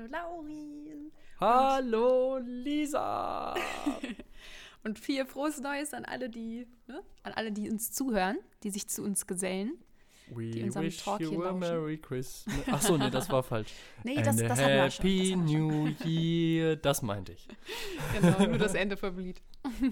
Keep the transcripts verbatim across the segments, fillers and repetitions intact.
Hallo Laurin. Hallo Lisa. Und viel frohes Neues an alle, die, ne? an alle, die uns zuhören, die sich zu uns gesellen. We die unserem wish Talk you hier a lauschen. Merry Christmas. Achso, nee, das war falsch. Nee, And das, a das hatten wir schon. Happy Das hatten wir schon. New Year. Das meinte ich. Genau, nur das Ende vom Lied.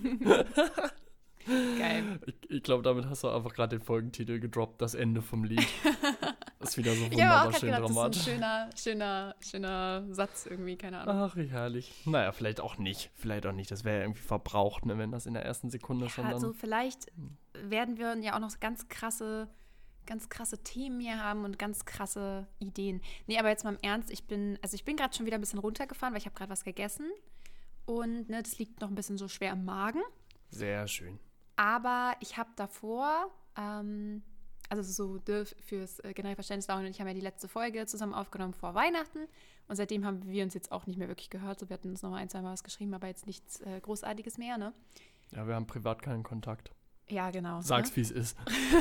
Geil. Ich, ich glaube, damit hast du einfach gerade den Folgentitel gedroppt, das Ende vom Lied. Das ist wieder so Ich habe wunderbar auch gerade schön gedacht, das dramatisch. ist ein schöner, schöner, schöner Satz irgendwie, keine Ahnung. Ach, wie herrlich. Naja, vielleicht auch nicht. Vielleicht auch nicht. Das wäre ja irgendwie verbraucht, ne, wenn das in der ersten Sekunde schon Ja, dann... also vielleicht werden wir ja auch noch ganz krasse, ganz krasse Themen hier haben und ganz krasse Ideen. Nee, aber jetzt mal im Ernst, ich bin, also ich bin gerade schon wieder ein bisschen runtergefahren, weil ich habe gerade was gegessen und ne, das liegt noch ein bisschen so schwer im Magen. Sehr schön. Aber ich habe davor, ähm, also so ne, fürs äh, generelle Verständnis, Lauren und ich haben ja die letzte Folge zusammen aufgenommen vor Weihnachten und seitdem haben wir uns jetzt auch nicht mehr wirklich gehört. So, wir hatten uns noch mal ein, zwei Mal was geschrieben, aber jetzt nichts äh, Großartiges mehr, ne? Ja, wir haben privat keinen Kontakt. Ja, genau. Sag's, ne? wie es ist.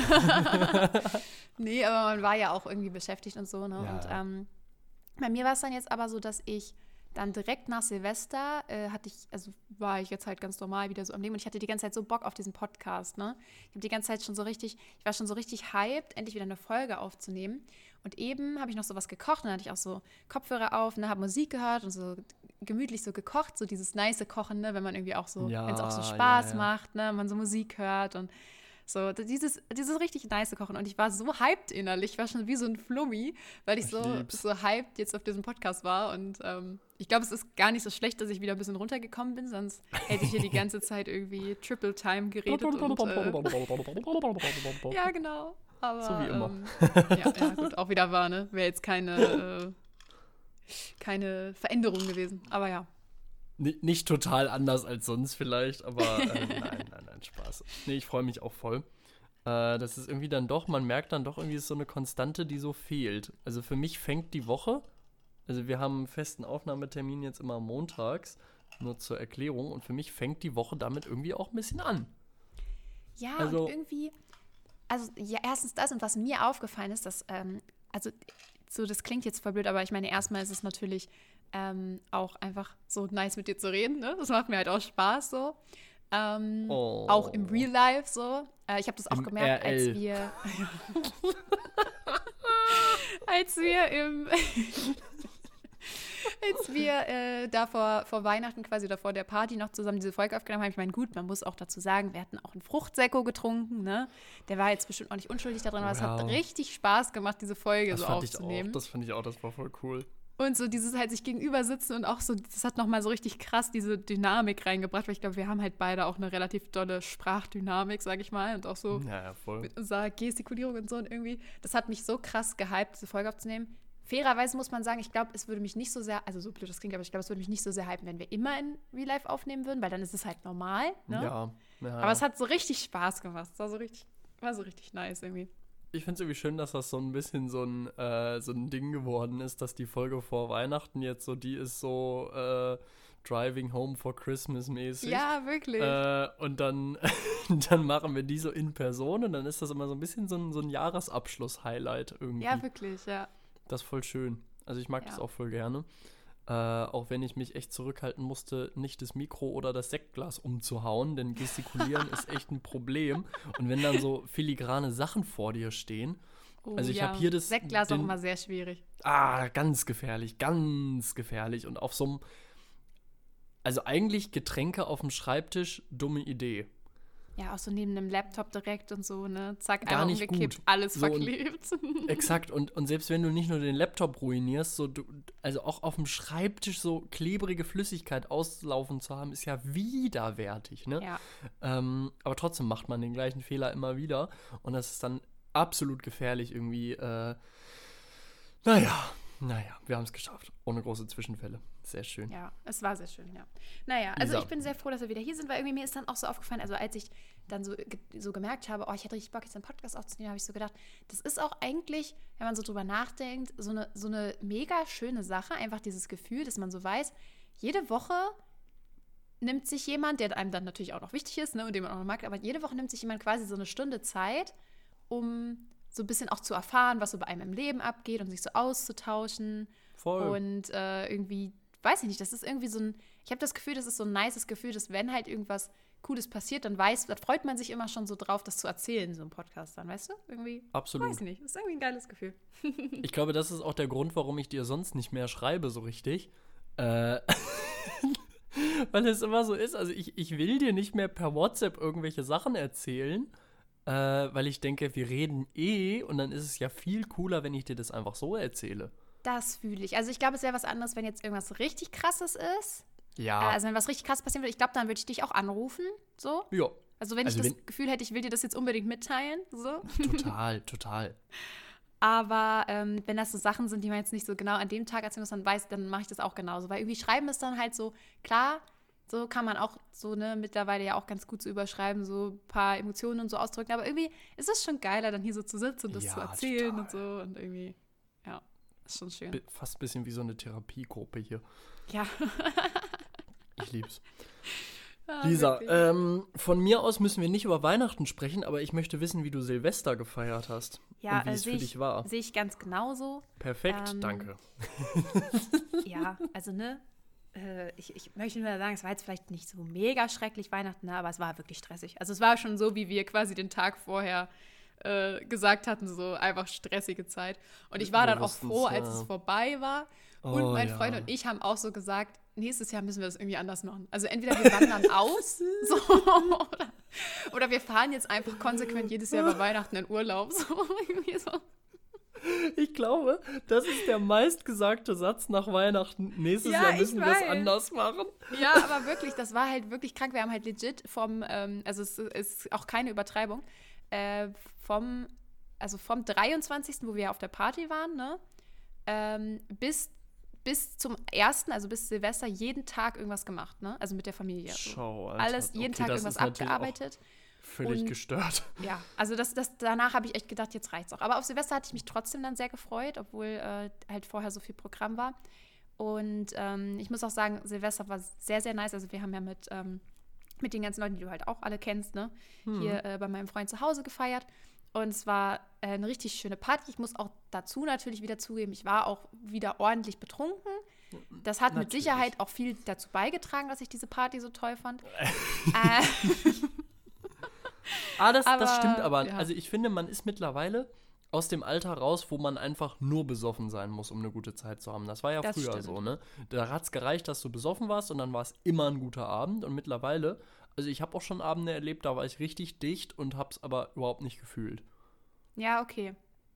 Nee, aber man war ja auch irgendwie beschäftigt und so, ne? Ja. Und ähm, bei mir war es dann jetzt aber so, dass ich dann direkt nach Silvester äh, hatte ich, also war ich jetzt halt ganz normal wieder so am Leben und ich hatte die ganze Zeit so Bock auf diesen Podcast, ne? Ich habe die ganze Zeit schon so richtig, ich war schon so richtig hyped, endlich wieder eine Folge aufzunehmen. Und eben habe ich noch so was gekocht und dann hatte ich auch so Kopfhörer auf, ne, habe Musik gehört und so gemütlich so gekocht, so dieses nice Kochen, ne, wenn man irgendwie auch so, Ja, wenn es auch so Spaß ja, ja. macht, ne, man so Musik hört und so, dieses, dieses richtig nice Kochen. Und ich war so hyped innerlich. Ich war schon wie so ein Flummi, weil ich, Ich so, lieb's. so hyped jetzt auf diesem Podcast war. Und ähm, ich glaube, es ist gar nicht so schlecht, dass ich wieder ein bisschen runtergekommen bin. Sonst hätte ich hier die ganze Zeit irgendwie Triple Time geredet. und, äh, ja, genau. Aber, So wie immer. Ähm, ja, ja, gut, auch wieder war, ne? Wäre jetzt keine, äh, keine Veränderung gewesen. Aber ja. N- Nicht total anders als sonst vielleicht, aber äh, nein, nein, nein, Spaß. Nee, ich freue mich auch voll. Äh, das ist irgendwie dann doch, man merkt dann doch irgendwie, es ist so eine Konstante, die so fehlt. Also für mich fängt die Woche, also wir haben einen festen Aufnahmetermin jetzt immer montags, nur zur Erklärung, und für mich fängt die Woche damit irgendwie auch ein bisschen an. Ja, Also- und irgendwie, also ja, erstens das und was mir aufgefallen ist, dass, ähm, also so, das klingt jetzt voll blöd, aber ich meine, erstmal ist es natürlich ähm, auch einfach so nice mit dir zu reden, ne? Das macht mir halt auch Spaß so. Ähm, Oh. Auch im Real Life so. Äh, ich habe das auch Im gemerkt, R L. als wir als wir im als wir äh, da vor, vor Weihnachten quasi oder vor der Party noch zusammen diese Folge aufgenommen haben. Ich meine, gut, man muss auch dazu sagen, wir hatten auch einen Fruchtsäcko getrunken, ne? Der war jetzt bestimmt auch nicht unschuldig daran, aber es hat Wow. richtig Spaß gemacht, diese Folge Das so fand ich auch, aufzunehmen. das fand ich auch, das war voll cool. Und so dieses halt sich gegenüber sitzen und auch so, das hat nochmal so richtig krass diese Dynamik reingebracht, weil ich glaube, wir haben halt beide auch eine relativ dolle Sprachdynamik, sag ich mal, und auch so Ja, ja, voll. mit unserer Gestikulierung und so und irgendwie, das hat mich so krass gehypt, diese Folge aufzunehmen. Fairerweise muss man sagen, ich glaube, es würde mich nicht so sehr, also so blöd das klingt, aber ich glaube, es würde mich nicht so sehr hypen, wenn wir immer in Real Life aufnehmen würden, weil dann ist es halt normal, ne? Ja, ja. Aber es hat so richtig Spaß gemacht, es war so richtig, war so richtig nice irgendwie. Ich finde es irgendwie schön, dass das so ein bisschen so ein, äh, so ein Ding geworden ist, dass die Folge vor Weihnachten jetzt so, die ist so äh, Driving Home for Christmas mäßig. Ja, wirklich. Äh, und dann, dann machen wir die so in Person und dann ist das immer so ein bisschen so ein, so ein Jahresabschluss-Highlight irgendwie. Ja, wirklich, ja. Das ist voll schön. Also ich mag Ja. das auch voll gerne. Äh, auch wenn ich mich echt zurückhalten musste, nicht das Mikro oder das Sektglas umzuhauen, denn gestikulieren ist echt ein Problem. Und wenn dann so filigrane Sachen vor dir stehen, Oh, also ich ja. habe hier das- Sektglas auch den- immer sehr schwierig. ah, ganz gefährlich, ganz gefährlich. Und auf so einem, also eigentlich Getränke auf dem Schreibtisch, dumme Idee. Ja, auch so neben einem Laptop direkt und so, ne? Zack, Gar einmal nicht umgekippt, gut. alles So, und- verklebt. Exakt, und, und selbst wenn du nicht nur den Laptop ruinierst, so du, also auch auf dem Schreibtisch so klebrige Flüssigkeit auslaufen zu haben, ist ja widerwärtig, ne? Ja. Ähm, aber trotzdem macht man den gleichen Fehler immer wieder und das ist dann absolut gefährlich irgendwie. Äh, naja, naja, wir haben es geschafft, ohne große Zwischenfälle. Sehr schön. Ja, es war sehr schön, ja. Naja, also Lisa. ich bin sehr froh, dass wir wieder hier sind, weil irgendwie mir ist dann auch so aufgefallen, also als ich dann so, ge- so gemerkt habe, oh, ich hätte richtig Bock, jetzt einen Podcast aufzunehmen, habe ich so gedacht, das ist auch eigentlich, wenn man so drüber nachdenkt, so eine, so eine mega schöne Sache, einfach dieses Gefühl, dass man so weiß, jede Woche nimmt sich jemand, der einem dann natürlich auch noch wichtig ist, ne, und den man auch noch mag, aber jede Woche nimmt sich jemand quasi so eine Stunde Zeit, um so ein bisschen auch zu erfahren, was so bei einem im Leben abgeht und sich so auszutauschen. voll. Und äh, irgendwie, weiß ich nicht, das ist irgendwie so ein, ich habe das Gefühl, das ist so ein nices Gefühl, dass wenn halt irgendwas Cooles passiert, dann weiß, dann freut man sich immer schon so drauf, das zu erzählen in so einem Podcast dann, weißt du? Irgendwie, Absolut. weiß ich nicht, das ist irgendwie ein geiles Gefühl. Ich glaube, das ist auch der Grund, warum ich dir sonst nicht mehr schreibe so richtig. Äh, weil es immer so ist, also ich, ich will dir nicht mehr per WhatsApp irgendwelche Sachen erzählen, äh, weil ich denke, wir reden eh und dann ist es ja viel cooler, wenn ich dir das einfach so erzähle. Das fühle ich. Also ich glaube, es wäre was anderes, wenn jetzt irgendwas richtig Krasses ist. Ja. Also wenn was richtig krass passieren würde, ich glaube, dann würde ich dich auch anrufen, so. Ja. Also wenn Also ich das wenn- Gefühl hätte, ich will dir das jetzt unbedingt mitteilen, so. Total, total. Aber ähm, wenn das so Sachen sind, die man jetzt nicht so genau an dem Tag erzählen muss, dann weiß, dann mache ich das auch genauso. Weil irgendwie Schreiben ist dann halt so, klar, so kann man auch so, ne, mittlerweile ja auch ganz gut so überschreiben, so ein paar Emotionen und so ausdrücken. Aber irgendwie ist es schon geiler, dann hier so zu sitzen und das Ja, zu erzählen total. und so. Und irgendwie, ja, ist schon schön. Bi- Fast ein bisschen wie so eine Therapiegruppe hier. Ja. Ich lieb's. Ja, Lisa, wirklich. ähm, von mir aus müssen wir nicht über Weihnachten sprechen, aber ich möchte wissen, wie du Silvester gefeiert hast. Ja, und wie äh, es seh für ich- dich war. Sehe ich ganz genauso. Perfekt, ähm, danke. Ja, also ne, äh, ich, ich möchte nur sagen, es war jetzt vielleicht nicht so mega schrecklich Weihnachten, ne, aber es war wirklich stressig. Also es war schon so, wie wir quasi den Tag vorher äh, gesagt hatten, so einfach stressige Zeit. Und ich war Wir dann auch wussten's, froh, als ja. es vorbei war. Und Oh, mein ja. Freund und ich haben auch so gesagt, nächstes Jahr müssen wir das irgendwie anders machen. Also entweder wir wandern aus so, oder, oder wir fahren jetzt einfach konsequent jedes Jahr bei Weihnachten in Urlaub. So, irgendwie so. Ich glaube, das ist der meistgesagte Satz nach Weihnachten. Nächstes Ja, Jahr ich müssen wir es weiß. anders machen. Ja, aber wirklich, das war halt wirklich krank. Wir haben halt legit vom, ähm, also es ist auch keine Übertreibung, äh, vom, also vom dreiundzwanzigsten, wo wir auf der Party waren, ne, ähm, bis, bis zum ersten, also bis Silvester, jeden Tag irgendwas gemacht, ne, also mit der Familie. So. Schau, Alter. Alles, jeden Okay, Tag das irgendwas ist natürlich auch abgearbeitet. Völlig Und- gestört. Ja, also das, das, danach habe ich echt gedacht, jetzt reicht's auch. Aber auf Silvester hatte ich mich trotzdem dann sehr gefreut, obwohl äh, halt vorher so viel Programm war. Und ähm, ich muss auch sagen, Silvester war sehr, sehr nice. Also wir haben ja mit, ähm, mit den ganzen Leuten, die du halt auch alle kennst, ne, hier äh, bei meinem Freund zu Hause gefeiert. Und es war äh, eine richtig schöne Party. Ich muss auch dazu natürlich wieder zugeben, ich war auch wieder ordentlich betrunken. Das hat mit Natürlich. Sicherheit auch viel dazu beigetragen, dass ich diese Party so toll fand. äh, Ah, das, das Aber, stimmt aber. ja. Also ich finde, man ist mittlerweile aus dem Alter raus, wo man einfach nur besoffen sein muss, um eine gute Zeit zu haben. Das war ja Das früher stimmt. so, ne? Da hat es gereicht, dass du besoffen warst und dann war es immer ein guter Abend. Und mittlerweile, also ich habe auch schon Abende erlebt, da war ich richtig dicht und hab's aber überhaupt nicht gefühlt. Ja, okay.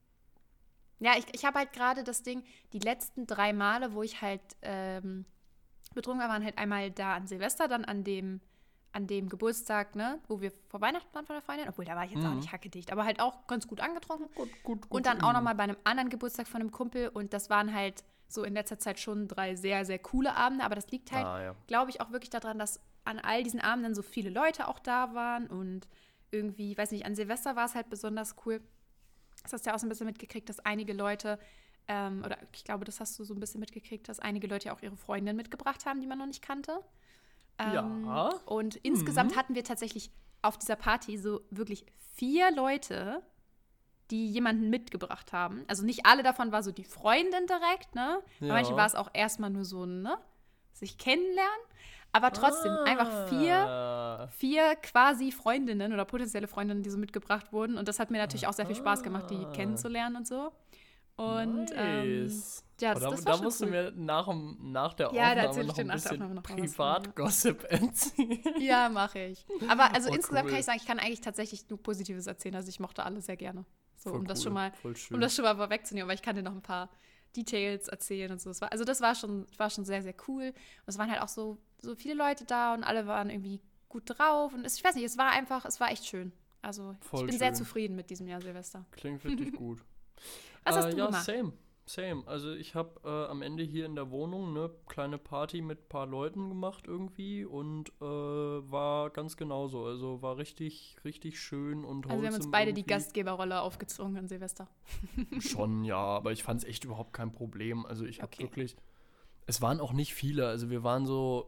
Ja, ich, ich habe halt gerade das Ding, die letzten drei Male, wo ich halt ähm, betrunken war, waren halt einmal da an Silvester, dann an dem, an dem Geburtstag, ne, wo wir vor Weihnachten waren von der Freundin, obwohl da war ich jetzt auch Mhm. nicht hackedicht, aber halt auch ganz gut angetrunken. Gut, gut, gut. Und dann auch nochmal bei einem anderen Geburtstag von einem Kumpel und das waren halt so in letzter Zeit schon drei sehr, sehr coole Abende, aber das liegt halt, Ah, ja. glaube ich, auch wirklich daran, dass an all diesen Abenden so viele Leute auch da waren und irgendwie, weiß nicht, an Silvester war es halt besonders cool. Das hast du ja auch so ein bisschen mitgekriegt, dass einige Leute, ähm, oder ich glaube, das hast du so ein bisschen mitgekriegt, dass einige Leute ja auch ihre Freundin mitgebracht haben, die man noch nicht kannte. Ähm, Ja. Und insgesamt hatten wir tatsächlich auf dieser Party so wirklich vier Leute, die jemanden mitgebracht haben. Also nicht alle davon war so die Freundin direkt, ne? Bei Ja. manchen war es auch erstmal nur so, ne? Sich kennenlernen. Aber trotzdem einfach vier, Ah. vier quasi Freundinnen oder potenzielle Freundinnen, die so mitgebracht wurden. Und das hat mir natürlich auch sehr viel Spaß gemacht, die Ah. kennenzulernen und so. Und ähm, Nice. ja, Aber das, da, das da war schon musst cool. du mir nach, dem- nach der Ja, da Aufnahme erzähl ich noch dir ein nach der bisschen Aufnahme noch mal was von, ja. Privatgossip erzählen. Ja, mache ich. Aber also Oh, insgesamt cool. kann ich sagen, ich kann eigentlich tatsächlich nur Positives erzählen. Also ich mochte alle sehr gerne. So, Voll um das cool, schon mal, voll schön. um das schon mal vorwegzunehmen, aber ich kann dir noch ein paar Details erzählen und so. Das war, also das war schon, war schon sehr, sehr cool. Und es waren halt auch so, so viele Leute da und alle waren irgendwie gut drauf. Und es, ich weiß nicht, es war einfach, es war echt schön. Also Voll ich bin sehr schön. zufrieden mit diesem Jahr Silvester. Klingt wirklich gut. Was äh, hast du ja, gemacht? same. Same. Also ich habe äh, am Ende hier in der Wohnung eine kleine Party mit ein paar Leuten gemacht irgendwie und äh, war ganz genauso. Also war richtig, richtig schön und Also wir haben uns wholesome beide die irgendwie. Gastgeberrolle aufgezwungen an Silvester. Schon, ja, aber ich fand es echt überhaupt kein Problem. Also ich habe Okay. wirklich, es waren auch nicht viele. Also wir waren so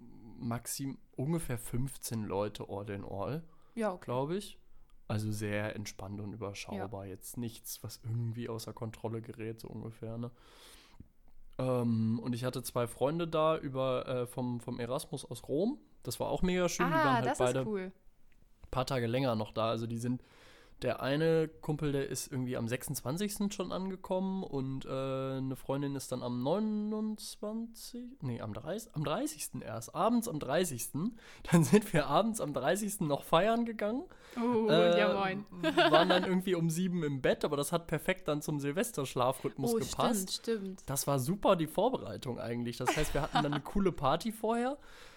maxim ungefähr fünfzehn Leute all in all, Ja, okay. glaube ich. Also sehr entspannt und überschaubar. Jetzt nichts, was irgendwie außer Kontrolle gerät, so ungefähr, ne? Ähm, und ich hatte zwei Freunde da über, äh, vom, vom Erasmus aus Rom. Das war auch mega schön. Die waren Ah, halt das beide ist cool. ein paar Tage länger noch da. Also die sind, der eine Kumpel, der ist irgendwie am sechsundzwanzigsten schon angekommen und äh, eine Freundin ist dann am neunundzwanzigsten Nee, am dreißigsten am dreißigsten erst. Abends am dreißigsten Dann sind wir abends am dreißigsten noch feiern gegangen. Oh, äh, ja moin. Waren dann irgendwie um sieben im Bett, aber das hat perfekt dann zum Silvesterschlafrhythmus Oh, gepasst. stimmt, stimmt. Das war super die Vorbereitung eigentlich. Das heißt, wir hatten dann eine coole Party vorher.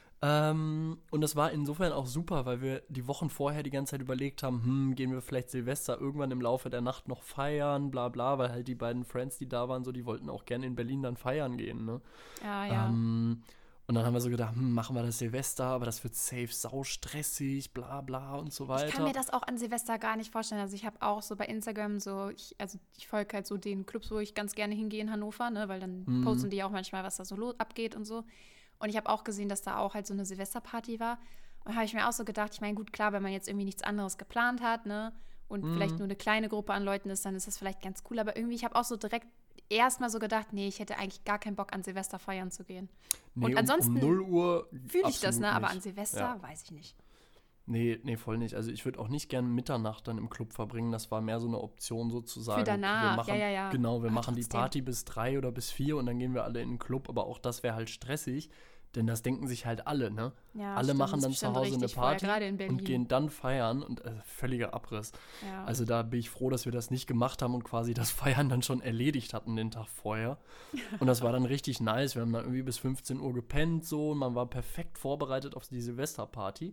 Ähm, und das war insofern auch super, weil wir die Wochen vorher die ganze Zeit überlegt haben, hm, gehen wir vielleicht Silvester irgendwann im Laufe der Nacht noch feiern, bla bla, weil halt die beiden Friends, die da waren, so, die wollten auch gerne in Berlin dann feiern gehen, ne? Ja, ja. Ähm, und dann haben wir so gedacht, hm, machen wir das Silvester, aber das wird safe sau stressig, bla bla und so weiter. Ich kann mir das auch an Silvester gar nicht vorstellen. Also ich habe auch so bei Instagram so, ich, also ich folge halt so den Clubs, wo ich ganz gerne hingehe in Hannover, ne, weil dann Mhm. posten die auch manchmal, was da so lo- abgeht und so. Und ich habe auch gesehen, dass da auch halt so eine Silvesterparty war. Und da habe ich mir auch so gedacht, ich meine, gut, klar, wenn man jetzt irgendwie nichts anderes geplant hat, ne, und Mhm. vielleicht nur eine kleine Gruppe an Leuten ist, dann ist das vielleicht ganz cool. Aber irgendwie, ich habe auch so direkt erstmal so gedacht, nee, ich hätte eigentlich gar keinen Bock, an Silvester feiern zu gehen. Nee, und um, ansonsten um null Uhr Fühle ich das, absolut ne, aber nicht. an Silvester Ja. weiß ich nicht. Nee, nee, voll nicht. Also ich würde auch nicht gerne Mitternacht dann im Club verbringen. Das war mehr so eine Option sozusagen. Für danach, wir machen, ja, ja, ja. Genau, wir Aber machen die trotzdem. Party bis drei oder bis vier und dann gehen wir alle in den Club. Aber auch das wäre halt stressig, denn das denken sich halt alle, ne? Ja, alle stimmt, machen das dann ist zu bestimmt Hause eine richtig vorher, Party gerade in Berlin. und gehen dann feiern und äh, völliger Abriss. Ja. Also da bin ich froh, dass wir das nicht gemacht haben und quasi das Feiern dann schon erledigt hatten den Tag vorher. Und das war dann richtig nice. Wir haben dann irgendwie bis fünfzehn Uhr gepennt so und man war perfekt vorbereitet auf die Silvesterparty.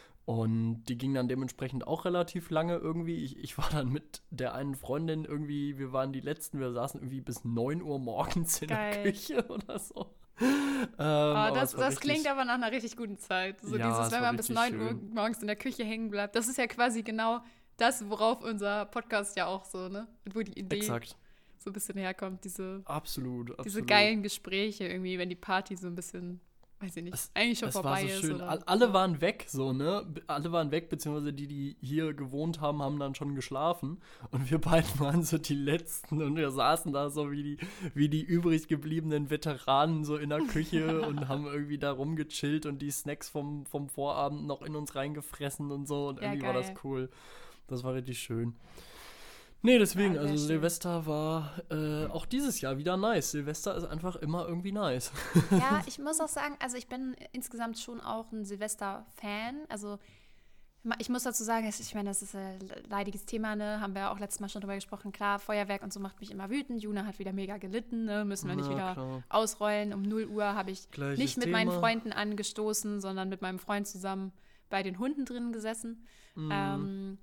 Und die ging dann dementsprechend auch relativ lange irgendwie. Ich, ich war dann mit der einen Freundin irgendwie, wir waren die Letzten, wir saßen irgendwie bis neun Uhr morgens in Geil. der Küche oder so. Ähm, Oh, aber das es war das klingt richtig- aber nach einer richtig guten Zeit. So Ja, dieses, es wenn war man bis richtig neun Uhr schön. morgens in der Küche hängen bleibt. Das ist ja quasi genau das, worauf unser Podcast ja auch so, ne? Wo die Idee Exakt. so ein bisschen herkommt. Diese, Absolut, absolut. diese geilen Gespräche irgendwie, wenn die Party so ein bisschen, weiß ich nicht, Es- eigentlich schon Es war vorbei so ist. schön. Oder, All- Alle waren weg, so, ne? B- Alle waren weg, beziehungsweise die, die hier gewohnt haben, haben dann schon geschlafen. Und wir beiden waren so die Letzten und wir saßen da so wie die, wie die übrig gebliebenen Veteranen so in der Küche und haben irgendwie da rumgechillt und die Snacks vom, vom Vorabend noch in uns reingefressen und so. Und Ja, irgendwie war das geil. cool. Das war richtig schön. Nee, deswegen, Ja, sehr also schön. Silvester war äh, auch dieses Jahr wieder nice. Silvester ist einfach immer irgendwie nice. Ja, ich muss auch sagen, also ich bin insgesamt schon auch ein Silvester-Fan. Also ma- ich muss dazu sagen, es- ich meine, das ist ein leidiges Thema, ne? Haben wir auch letztes Mal schon drüber gesprochen. Klar, Feuerwerk und so macht mich immer wütend. Juna hat wieder mega gelitten, ne? Müssen wir nicht Ja, wieder klar. ausrollen. Um null Uhr habe ich Gleiches nicht mit meinen Thema. Freunden angestoßen, sondern mit meinem Freund zusammen bei den Hunden drin gesessen. Mhm. Ähm,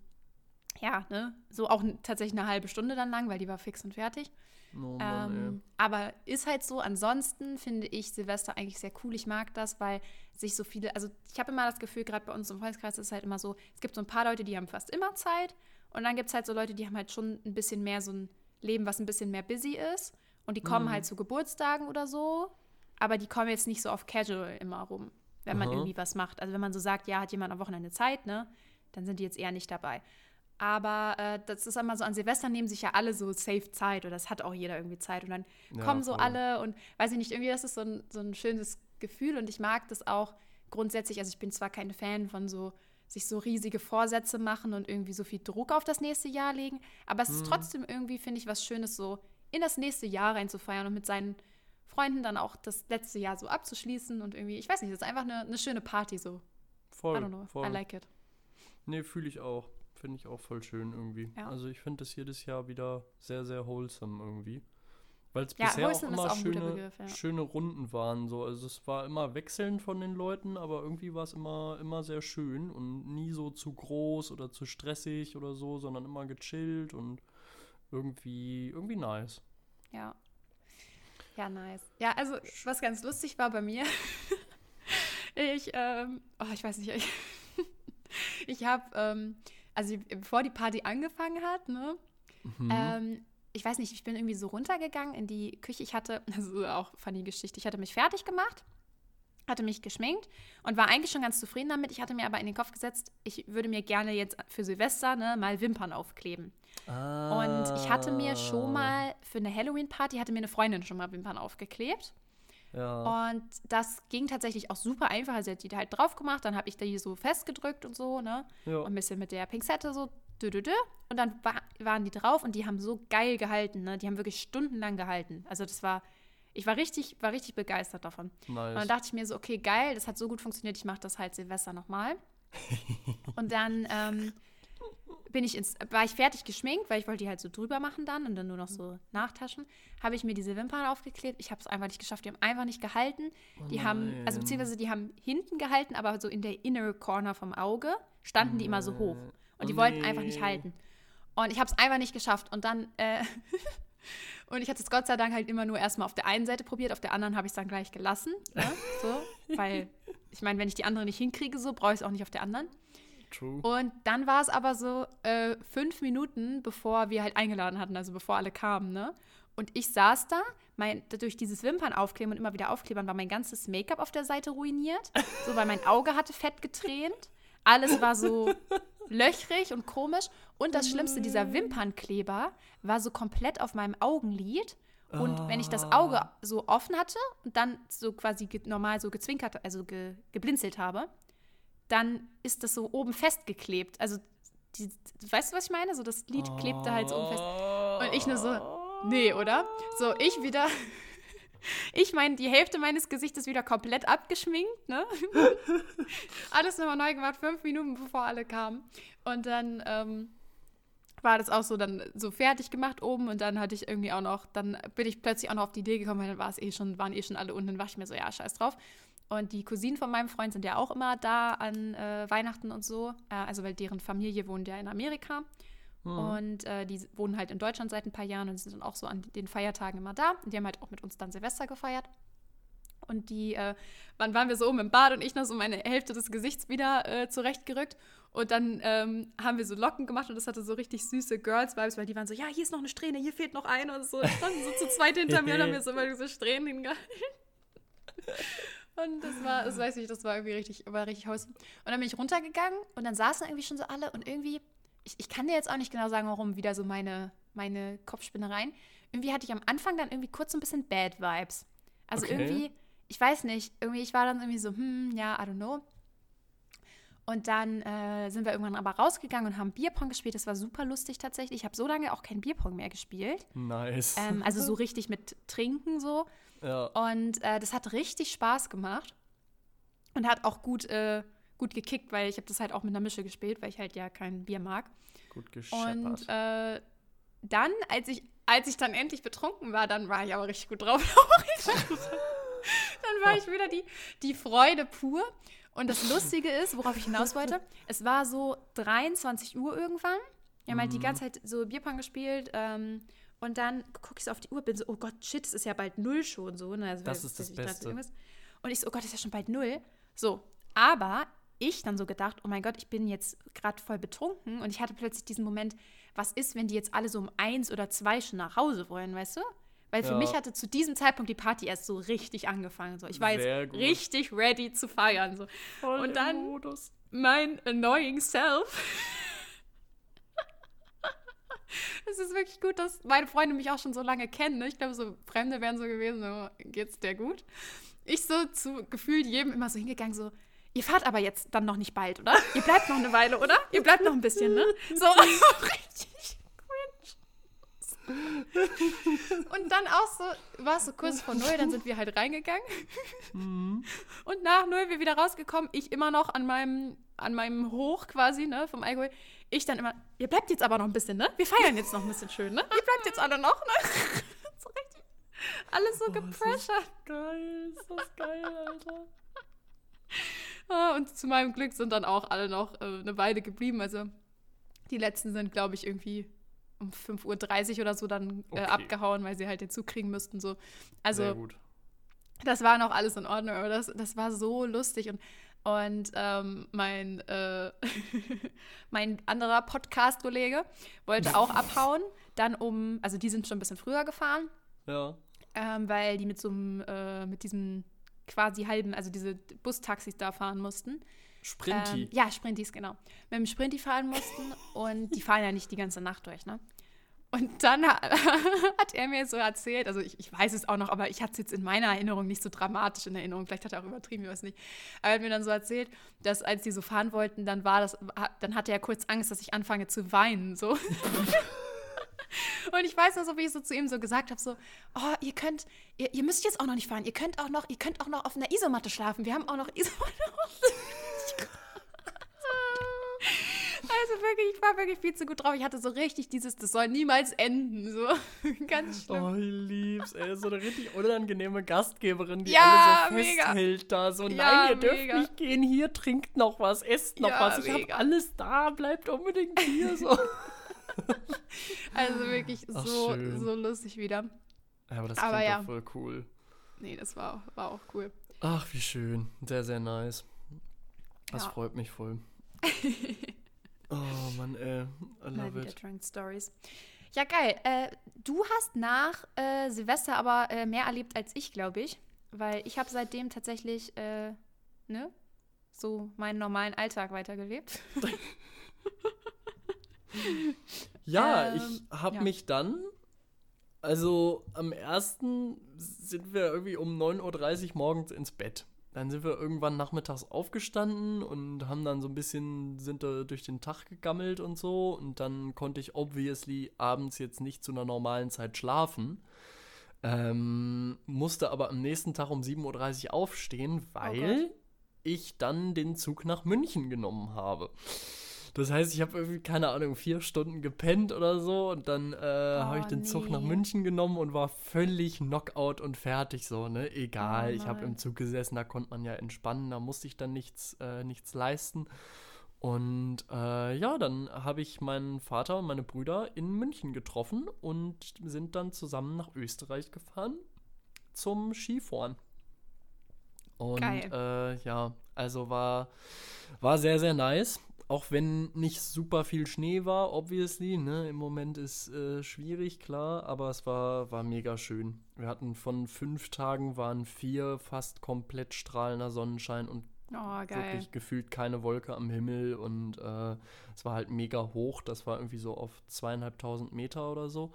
ja, ne? So auch n- tatsächlich eine halbe Stunde dann lang, weil die war fix und fertig. Oh Mann, ey. Ähm, aber ist halt so, ansonsten finde ich Silvester eigentlich sehr cool. Ich mag das, weil sich so viele, also ich habe immer das Gefühl, gerade bei uns im Freundeskreis ist es halt immer so, es gibt so ein paar Leute, die haben fast immer Zeit und dann gibt es halt so Leute, die haben halt schon ein bisschen mehr so ein Leben, was ein bisschen mehr busy ist und die kommen Mhm. halt zu Geburtstagen oder so, aber die kommen jetzt nicht so auf Casual immer rum, wenn man Aha. irgendwie was macht. Also wenn man so sagt, ja, hat jemand am Wochenende Zeit, ne, dann sind die jetzt eher nicht dabei. Aber äh, das ist immer so, an Silvester nehmen sich ja alle so safe Zeit oder es hat auch jeder irgendwie Zeit und dann Ja, kommen so voll. alle und weiß ich nicht, irgendwie das ist so ein, so ein schönes Gefühl und ich mag das auch grundsätzlich, also ich bin zwar kein Fan von so, sich so riesige Vorsätze machen und irgendwie so viel Druck auf das nächste Jahr legen, aber es ist Mhm. trotzdem irgendwie, finde ich, was Schönes, so in das nächste Jahr reinzufeiern und mit seinen Freunden dann auch das letzte Jahr so abzuschließen und irgendwie, ich weiß nicht, das ist einfach eine, eine schöne Party so. Voll, I don't know, voll. I like it. Nee, fühle ich auch. Finde ich auch voll schön irgendwie. Ja. Also ich finde das jedes Jahr wieder sehr, sehr wholesome irgendwie. Weil es Ja, bisher auch wholesome ist immer auch ein guter schöne, Begriff, ja. schöne Runden waren. So. Also es war immer wechselnd von den Leuten, aber irgendwie war es immer, immer sehr schön und nie so zu groß oder zu stressig oder so, sondern immer gechillt und irgendwie, irgendwie nice. Ja. Ja, nice. Ja, also was ganz lustig war bei mir, ich, ähm, oh, ich weiß nicht, ich, ich habe, ähm, also bevor die Party angefangen hat, ne, Mhm. ähm, ich weiß nicht, ich bin irgendwie so runtergegangen in die Küche. Ich hatte, also auch funny Geschichte, ich hatte mich fertig gemacht, hatte mich geschminkt und war eigentlich schon ganz zufrieden damit. Ich hatte mir aber in den Kopf gesetzt, ich würde mir gerne jetzt für Silvester ne, mal Wimpern aufkleben. Ah. Und ich hatte mir schon mal für eine Halloween-Party, hatte mir eine Freundin schon mal Wimpern aufgeklebt. Ja. Und das ging tatsächlich auch super einfach. Also sie hat die halt drauf gemacht, dann habe ich die so festgedrückt und so, ne? Ja. Und ein bisschen mit der Pinzette so, dü, dü, dü. Und dann war, waren die drauf und die haben so geil gehalten, ne? Die haben wirklich stundenlang gehalten. Also das war, ich war richtig, war richtig begeistert davon. Nice. Und dann dachte ich mir so, okay, geil, das hat so gut funktioniert, ich mache das halt Silvester nochmal. Und dann ähm, bin ich ins, war ich fertig geschminkt, weil ich wollte die halt so drüber machen dann und dann nur noch so nachtaschen. Habe ich mir diese Wimpern aufgeklebt. Ich habe es einfach nicht geschafft. Die haben einfach nicht gehalten. Die oh haben, also beziehungsweise die haben hinten gehalten, aber so in der inner corner vom Auge standen die immer so hoch. Und die oh wollten nee. einfach nicht halten. Und ich habe es einfach nicht geschafft. Und dann, äh, und ich hatte es Gott sei Dank halt immer nur erstmal auf der einen Seite probiert, auf der anderen habe ich es dann gleich gelassen. Ne? So, weil, ich meine, wenn ich die andere nicht hinkriege, so brauche ich es auch nicht auf der anderen. True. Und dann war es aber so äh, fünf Minuten, bevor wir halt eingeladen hatten, also bevor alle kamen, ne? Und ich saß da, mein, durch dieses Wimpern aufkleben und immer wieder aufklebern war mein ganzes Make-up auf der Seite ruiniert. So, weil mein Auge hatte fett getränt. Alles war so löchrig und komisch. Und das Schlimmste, dieser Wimpernkleber war so komplett auf meinem Augenlid. Und oh. wenn ich das Auge so offen hatte und dann so quasi ge- normal so gezwinkert, also ge- geblinzelt habe, dann ist das so oben festgeklebt. Also, die, weißt du, was ich meine? So, das Lid klebte halt so oben fest. Und ich nur so, nee, oder? So, ich wieder, ich meine, die Hälfte meines Gesichtes wieder komplett abgeschminkt, ne? Alles nochmal neu gemacht, fünf Minuten bevor alle kamen. Und dann ähm, war das auch so dann so fertig gemacht oben und dann hatte ich irgendwie auch noch, dann bin ich plötzlich auch noch auf die Idee gekommen, weil dann war es eh schon, waren eh schon alle unten, dann war ich mir so, ja, scheiß drauf. Und die Cousinen von meinem Freund sind ja auch immer da an äh, Weihnachten und so. Äh, also, weil deren Familie wohnt ja in Amerika. Mhm. Und äh, die wohnen halt in Deutschland seit ein paar Jahren und sind dann auch so an den Feiertagen immer da. Und die haben halt auch mit uns dann Silvester gefeiert. Und die, äh, wann waren wir so oben im Bad und ich noch so meine Hälfte des Gesichts wieder äh, zurechtgerückt. Und dann ähm, haben wir so Locken gemacht und das hatte so richtig süße Girls-Vibes, weil die waren so, ja, hier ist noch eine Strähne, hier fehlt noch eine und so. Und standen so zu zweit hinter mir und haben mir so immer diese Strähnen hingehalten. Und das war, das weiß ich, das war irgendwie richtig, war richtig wholesome. Und dann bin ich runtergegangen und dann saßen irgendwie schon so alle und irgendwie, ich, ich kann dir jetzt auch nicht genau sagen, warum, wieder so meine, meine Kopfspinnereien. Irgendwie hatte ich am Anfang dann irgendwie kurz so ein bisschen Bad Vibes. Also okay. irgendwie, ich weiß nicht, irgendwie, ich war dann irgendwie so, hm, ja, I don't know. Und dann äh, sind wir irgendwann aber rausgegangen und haben Bierpong gespielt. Das war super lustig tatsächlich. Ich habe so lange auch kein Bierpong mehr gespielt. Nice. Ähm, also so richtig mit Trinken so. Ja. Und äh, das hat richtig Spaß gemacht und hat auch gut, äh, gut gekickt, weil ich habe das halt auch mit einer Mische gespielt, weil ich halt ja kein Bier mag. Gut gescheppert. Und äh, dann, als ich, als ich dann endlich betrunken war, dann war ich aber richtig gut drauf. Dann war ich wieder die, die Freude pur. Und das Lustige ist, worauf ich hinaus wollte, es war so dreiundzwanzig Uhr irgendwann. Wir haben halt die ganze Zeit so Bierpong gespielt, ähm, und dann gucke ich so auf die Uhr, bin so, oh Gott, shit, es ist ja bald null schon so. Ne? Also, das ist das Beste. Und ich so, oh Gott, ist ja schon bald null. So, aber ich dann so gedacht, oh mein Gott, ich bin jetzt gerade voll betrunken. Und ich hatte plötzlich diesen Moment, was ist, wenn die jetzt alle so um eins oder zwei schon nach Hause wollen, weißt du? Weil für ja. mich hatte zu diesem Zeitpunkt die Party erst so richtig angefangen. So. Ich war Sehr jetzt gut. richtig ready zu feiern. So. Voll und dann im Modus. mein annoying self. Es ist wirklich gut, dass meine Freunde mich auch schon so lange kennen. Ne? Ich glaube, so Fremde wären so gewesen, so, geht's dir gut? Ich so zu gefühlt jedem immer so hingegangen, so, ihr fahrt aber jetzt dann noch nicht bald, oder? Ihr bleibt noch eine Weile, oder? Ihr bleibt noch ein bisschen, ne? So, richtig cringe. Und dann auch so, war es so kurz vor null, dann sind wir halt reingegangen. Mhm. Und nach null wir wieder rausgekommen, ich immer noch an meinem, an meinem Hoch quasi, ne, vom Alkohol. Ich dann immer, ihr bleibt jetzt aber noch ein bisschen, ne? Wir feiern jetzt noch ein bisschen schön, ne? Ihr bleibt jetzt alle noch, ne? So richtig, alles so oh, gepressured. Geil, ist das geil, Alter. Ah, und zu meinem Glück sind dann auch alle noch äh, eine Weile geblieben. Also die letzten sind, glaube ich, irgendwie um fünf Uhr dreißig oder so dann äh, okay. abgehauen, weil sie halt den Zug kriegen müssten. So. Also sehr gut. Das war noch alles in Ordnung, aber das, das war so lustig. Und, und ähm, mein, äh, mein anderer Podcast-Kollege wollte auch abhauen. Dann um, also die sind schon ein bisschen früher gefahren. Ja. Ähm, weil die mit so einem, äh, mit diesem quasi halben, also diese Bustaxis da fahren mussten. Sprinti. Ähm, ja, Sprintis, genau. Mit dem Sprinti fahren mussten und die fahren ja nicht die ganze Nacht durch, ne? Und dann hat er mir so erzählt, also ich, ich weiß es auch noch, aber ich hatte es jetzt in meiner Erinnerung nicht so dramatisch in Erinnerung, vielleicht hat er auch übertrieben, ich weiß nicht. Aber er hat mir dann so erzählt, dass als die so fahren wollten, dann war das, dann hatte er kurz Angst, dass ich anfange zu weinen, so. Und ich weiß noch so, wie ich so zu ihm so gesagt habe, so, oh, ihr könnt, ihr, ihr müsst jetzt auch noch nicht fahren, ihr könnt auch noch, ihr könnt auch noch auf einer Isomatte schlafen, wir haben auch noch Isomatte. Also wirklich, ich war wirklich viel zu gut drauf. Ich hatte so richtig dieses, das soll niemals enden. So ganz schlimm. Oh, ich lieb's, ey. So eine richtig unangenehme Gastgeberin, die ja, alle so mega. festhält da. So, ja, nein, ihr dürft mega. nicht gehen. Hier, trinkt noch was, esst noch ja, was. Ich mega. hab alles da, bleibt unbedingt hier. So. Also wirklich Ach, so, schön. so lustig wieder. Ja, aber das aber klingt ja. doch voll cool. Nee, das war, war auch cool. Ach, wie schön. Sehr, sehr nice. Das Ja. freut mich voll. Oh Mann, ey. I Mal love wieder it. Drunk Stories. Ja, geil. Äh, du hast nach äh, Silvester aber äh, mehr erlebt als ich, glaube ich. Weil ich habe seitdem tatsächlich, äh, ne, so meinen normalen Alltag weitergelebt. Ja, Ähm, ich habe ja. mich dann, also am ersten sind wir irgendwie um neun Uhr dreißig morgens ins Bett. Dann sind wir irgendwann nachmittags aufgestanden und haben dann so ein bisschen, sind da durch den Tag gegammelt und so. Und dann konnte ich obviously abends jetzt nicht zu einer normalen Zeit schlafen. Ähm, musste aber am nächsten Tag um sieben Uhr dreißig aufstehen, weil Gott. ich dann den Zug nach München genommen habe. Das heißt, ich habe irgendwie, keine Ahnung, vier Stunden gepennt oder so und dann äh, habe ich den Zug nach nee. München genommen und war völlig Knockout und fertig so, ne? Egal, Oh ich habe nein. im Zug gesessen, da konnte man ja entspannen, da musste ich dann nichts, äh, nichts leisten. Und äh, ja, dann habe ich meinen Vater und meine Brüder in München getroffen und sind dann zusammen nach Österreich gefahren zum Skifahren. Und Geil. äh, ja, also war, war sehr, sehr nice. Auch wenn nicht super viel Schnee war, obviously, ne? Im Moment ist äh, schwierig, klar, aber es war, war mega schön. Wir hatten von fünf Tagen waren vier fast komplett strahlender Sonnenschein und Oh, geil. wirklich gefühlt keine Wolke am Himmel und äh, es war halt mega hoch. Das war irgendwie so auf zweieinhalbtausend Meter oder so.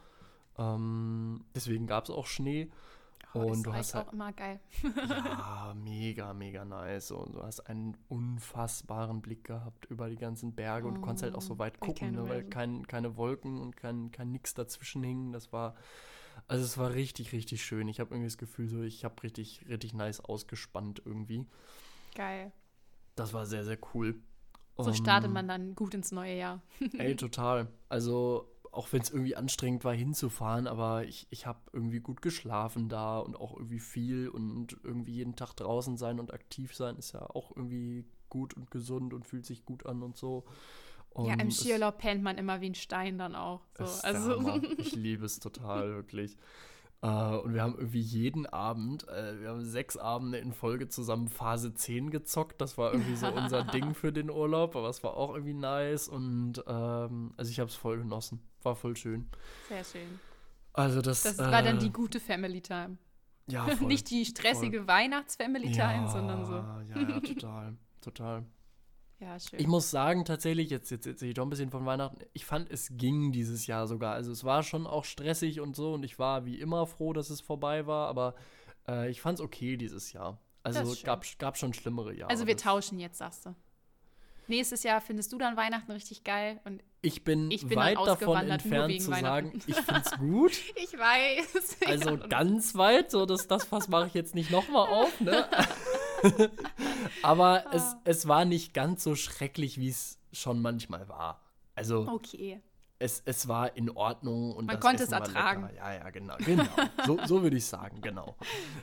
Ähm, deswegen gab es auch Schnee. Oh, und ist du hast echt halt auch immer geil. ja, mega, mega nice. Und du hast einen unfassbaren Blick gehabt über die ganzen Berge und du konntest halt auch so weit I gucken, can ne, weil imagine. kein, keine Wolken und kein, kein nix dazwischen hingen. Das war, also es war richtig, richtig schön. Ich habe irgendwie das Gefühl, so ich habe richtig, richtig nice ausgespannt irgendwie. Geil. Das war sehr, sehr cool. So Um, startet man dann gut ins neue Jahr. Ey, total. Also, auch wenn es irgendwie anstrengend war, hinzufahren, aber ich, ich habe irgendwie gut geschlafen da und auch irgendwie viel und irgendwie jeden Tag draußen sein und aktiv sein ist ja auch irgendwie gut und gesund und fühlt sich gut an und so. Und Ja, im es- Skiurlaub pennt man immer wie ein Stein dann auch. So, es ist der also, Hammer. Ich liebe es total, wirklich. Äh, und wir haben irgendwie jeden Abend, äh, wir haben sechs Abende in Folge zusammen Phase zehn gezockt. Das war irgendwie so unser Ding für den Urlaub, aber es war auch irgendwie nice und ähm, also ich habe es voll genossen. War voll schön. sehr schön. Also das, Das äh, war dann die gute Family Time. ja, voll, Nicht die stressige Weihnachts-Family Time, ja, sondern so. Ja, ja, total, total. Ja, schön. Ich muss sagen, tatsächlich, jetzt, jetzt erzähle ich doch ein bisschen von Weihnachten, ich fand, es ging dieses Jahr sogar. Also es war schon auch stressig und so und ich war wie immer froh, dass es vorbei war, aber äh, ich fand es okay dieses Jahr. Das Also ist schön. gab, gab schon schlimmere Jahre. also wir Das- tauschen jetzt, sagst du. Nächstes Jahr findest du dann Weihnachten richtig geil und Ich bin, Ich bin weit dann davon ausgewandert, nur entfernt wegen zu Weihnachten. sagen, ich find's gut. ich weiß. Also Ja. ganz weit, so das, das Fass mache ich jetzt nicht nochmal auf, ne? Aber es, Ah. es war nicht ganz so schrecklich, wie es schon manchmal war. Also Okay. es, es war in Ordnung und Man das konnte Essen es war ertragen. lecker. Ja, ja, genau. genau. So, so würde ich sagen, genau.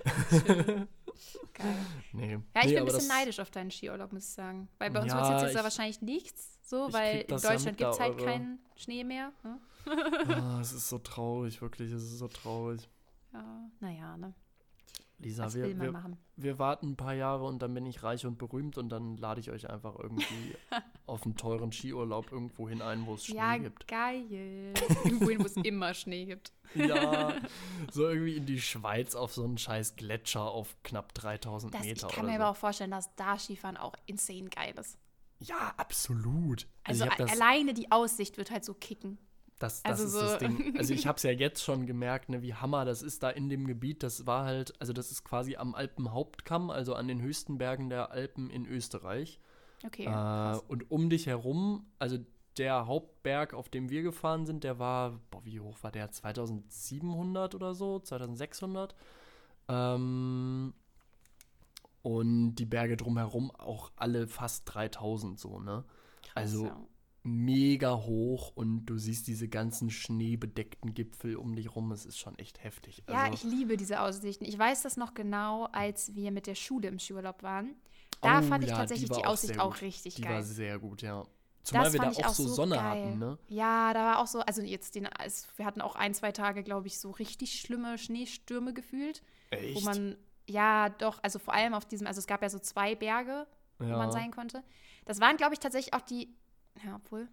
Geil. Nee. Ja, ich nee, bin ein aber bisschen das- neidisch auf deinen Skiurlaub, muss ich sagen. Weil bei uns Ja, wird es jetzt ich- ja wahrscheinlich nichts, so, ich weil krieg in das ja Deutschland mit, gibt es da halt eure- keinen Schnee mehr. Ne? Ah, es ist so traurig, wirklich, es ist so traurig. Ja, naja, ne? Lisa, Was will wir, man wir, machen? wir warten ein paar Jahre und dann bin ich reich und berühmt und dann lade ich euch einfach irgendwie auf einen teuren Skiurlaub irgendwo hin ein, wo es Schnee Ja, gibt. geil. Irgendwohin, wo es immer Schnee gibt. Ja, so irgendwie in die Schweiz auf so einen scheiß Gletscher auf knapp dreitausend Das, ich Meter kann oder mir so. aber auch vorstellen, dass da Skifahren auch insane geil ist. Ja, absolut. Also ich hab a- das, alleine die Aussicht wird halt so kicken. das, das also ist so- das Ding. Also ich habe es ja jetzt schon gemerkt, ne, wie Hammer das ist da in dem Gebiet. Das war halt, also das ist quasi am Alpenhauptkamm, also an den höchsten Bergen der Alpen in Österreich. Okay, Äh, krass. und um dich herum, also der Hauptberg, auf dem wir gefahren sind, der war, boah, wie hoch war der? zweitausendsiebenhundert oder so, zweitausendsechshundert. Ähm, und die Berge drumherum auch alle fast dreitausend so, ne? Krass, also ja. Mega hoch und du siehst diese ganzen schneebedeckten Gipfel um dich rum. Es ist schon echt heftig. Also, Ja, ich liebe diese Aussichten. Ich weiß das noch genau, als wir mit der Schule im Skiurlaub waren. Da oh, fand ich ja, tatsächlich die, war die Aussicht sehr auch gut. richtig Die geil. war sehr gut, ja. Zumal Das wir da fand ich auch auch so so Sonne geil. hatten, ne? Ja, da war auch so, also jetzt den, es, wir hatten auch ein, zwei Tage, glaube ich, so richtig schlimme Schneestürme gefühlt, Echt? wo man, ja, doch, also vor allem auf diesem, also es gab ja so zwei Berge, wo ja. man sein konnte. Das waren, glaube ich, tatsächlich auch die, ja, obwohl,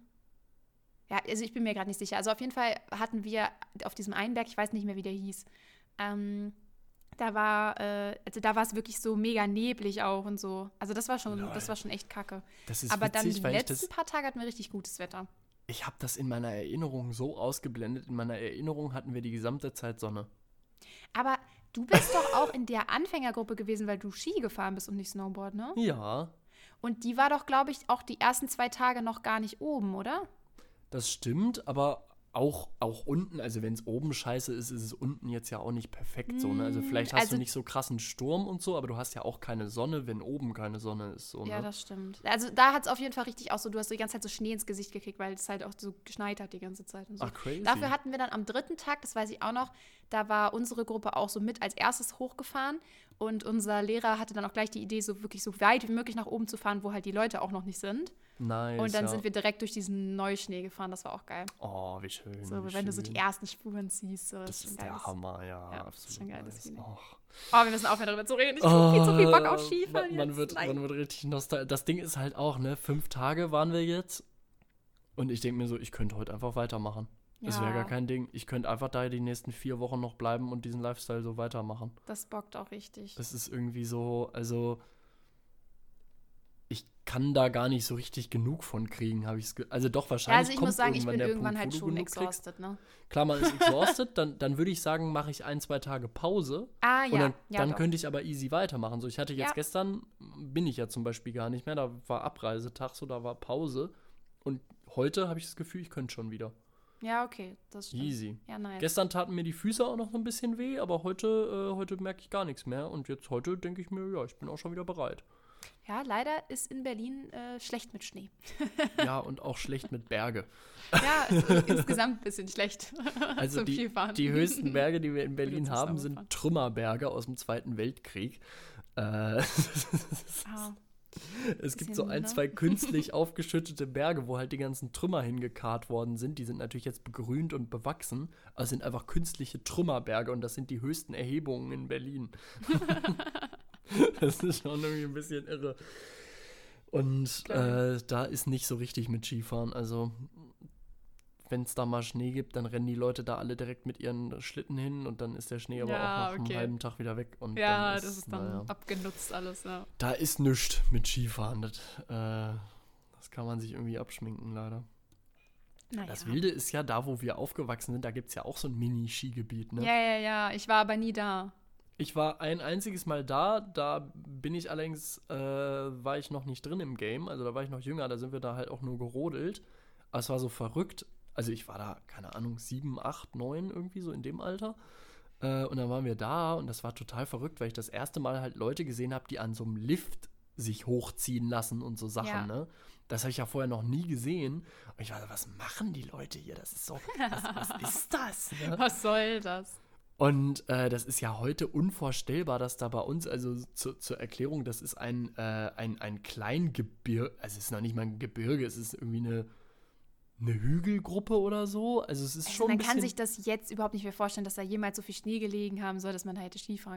ja, also ich bin mir gerade nicht sicher. Also auf jeden Fall hatten wir auf diesem einen Berg, ich weiß nicht mehr, wie der hieß, ähm, da war, äh, also da war es wirklich so mega neblig auch und so. Also das war schon, Lol. das war schon echt kacke. Das ist Aber dann witzig, die weil ich letzten das, paar Tage hatten wir richtig gutes Wetter. ich habe das in meiner Erinnerung so ausgeblendet. In meiner Erinnerung hatten wir die gesamte Zeit Sonne. Aber du bist doch auch in der Anfängergruppe gewesen, weil du Ski gefahren bist und nicht Snowboard, ne? Ja, Und die war doch, glaube ich, auch die ersten zwei Tage noch gar nicht oben, oder? das stimmt, aber auch, auch unten, also wenn es oben scheiße ist, ist es unten jetzt ja auch nicht perfekt so, ne? Also vielleicht hast also- du nicht so krassen Sturm und so, aber du hast ja auch keine Sonne, wenn oben keine Sonne ist, so, Ja, ne? das stimmt. Also da hat es auf jeden Fall richtig auch so, du hast so die ganze Zeit so Schnee ins Gesicht gekriegt, weil es halt auch so geschneit hat die ganze Zeit und so. Ach, crazy. Dafür hatten wir dann am dritten Tag, das weiß ich auch noch, da war unsere Gruppe auch so mit als erstes hochgefahren und unser Lehrer hatte dann auch gleich die Idee, so wirklich so weit wie möglich nach oben zu fahren, wo halt die Leute auch noch nicht sind. Nice, Und dann ja. sind wir direkt durch diesen Neuschnee gefahren, das war auch geil. Oh, wie schön. So, wie wenn du so die schön. ersten Spuren siehst, so, Das schon ist geil. der Hammer, ja, Ja, das absolut. ist schon geil, das nice. Feeling. Och. Oh, wir müssen aufhören, darüber zu reden. Ich habe viel zu viel Bock auf Oh, Skifahren man, man, jetzt. wird, Nein. man wird richtig nostalgisch. Das Ding ist halt auch, ne, fünf Tage waren wir jetzt und ich denke mir so, ich könnte heute einfach weitermachen. Das wäre Ja. gar kein Ding. Ich könnte einfach da die nächsten vier Wochen noch bleiben und diesen Lifestyle so weitermachen. Das bockt auch richtig. Das ist irgendwie so, also ich kann da gar nicht so richtig genug von kriegen, habe ich es. Also doch, Ja, wahrscheinlich also ich kommt muss sagen, ich irgendwann bin der irgendwann Punkt, halt wo du schon genug kriegst. exhausted, ne? Klar, man ist exhausted, dann, dann würde ich sagen, mache ich ein, zwei Tage Pause. Ah, ja. Und dann, ja, dann doch. könnte ich aber easy weitermachen. So, ich hatte jetzt Ja. gestern, bin ich ja zum Beispiel gar nicht mehr, da war Abreisetag, so da war Pause. Und heute habe ich das Gefühl, ich könnte schon wieder. Ja, okay, das stimmt. Easy. Ja, nice. Gestern taten mir die Füße auch noch so ein bisschen weh, aber heute, äh, heute merke ich gar nichts mehr. Und jetzt heute denke ich mir, ja, ich bin auch schon wieder bereit. Ja, leider ist in Berlin äh, schlecht mit Schnee. Ja, und auch schlecht mit Berge. Ja, ist, äh, insgesamt ein bisschen schlecht. Also zum die, Skifahren. die höchsten Berge, die wir in Berlin zum haben, Snowboardfahren. sind Trümmerberge aus dem Zweiten Weltkrieg. Äh, Ah, Es gibt Bisschen, so ein, ne? zwei künstlich aufgeschüttete Berge, wo halt die ganzen Trümmer hingekarrt worden sind. Die sind natürlich jetzt begrünt und bewachsen, aber es sind einfach künstliche Trümmerberge und das sind die höchsten Erhebungen in Berlin. Das ist schon irgendwie ein bisschen irre. Und äh, da ist nicht so richtig mit Skifahren. Also, wenn es da mal Schnee gibt, dann rennen die Leute da alle direkt mit ihren Schlitten hin und dann ist der Schnee aber Ja, auch nach okay. einem halben Tag wieder weg. Und ja, dann das ist dann naja. abgenutzt alles, ja. Da ist nichts mit Skifahren. Das, äh, das kann man sich irgendwie abschminken, leider. Naja. Das Wilde ist ja, da wo wir aufgewachsen sind, da gibt es ja auch so ein Mini-Skigebiet. Ne? Ja, ja, ja, ich war aber nie da. Ich war ein einziges Mal da, da bin ich allerdings, äh, war ich noch nicht drin im Game, also da war ich noch jünger, da sind wir da halt auch nur gerodelt. Aber es war so verrückt, also ich war da, keine Ahnung, sieben, acht, neun irgendwie so in dem Alter. Äh, und dann waren wir da und das war total verrückt, weil ich das erste Mal halt Leute gesehen habe, die an so einem Lift sich hochziehen lassen und so Sachen, Ja. ne? Das habe ich ja vorher noch nie gesehen. Und ich war so, was machen die Leute hier? Das ist so, was, was ist das? Ne? Was soll das? Und äh, das ist ja heute unvorstellbar, dass da bei uns, also zu, zur Erklärung, das ist ein, äh, ein, ein Kleingebirge, also es ist noch nicht mal ein Gebirge, es ist irgendwie eine, eine Hügelgruppe oder so. Also es ist Also schon man ein bisschen, kann sich das jetzt überhaupt nicht mehr vorstellen, dass da jemals so viel Schnee gelegen haben soll, dass man da hätte Skifahren kann.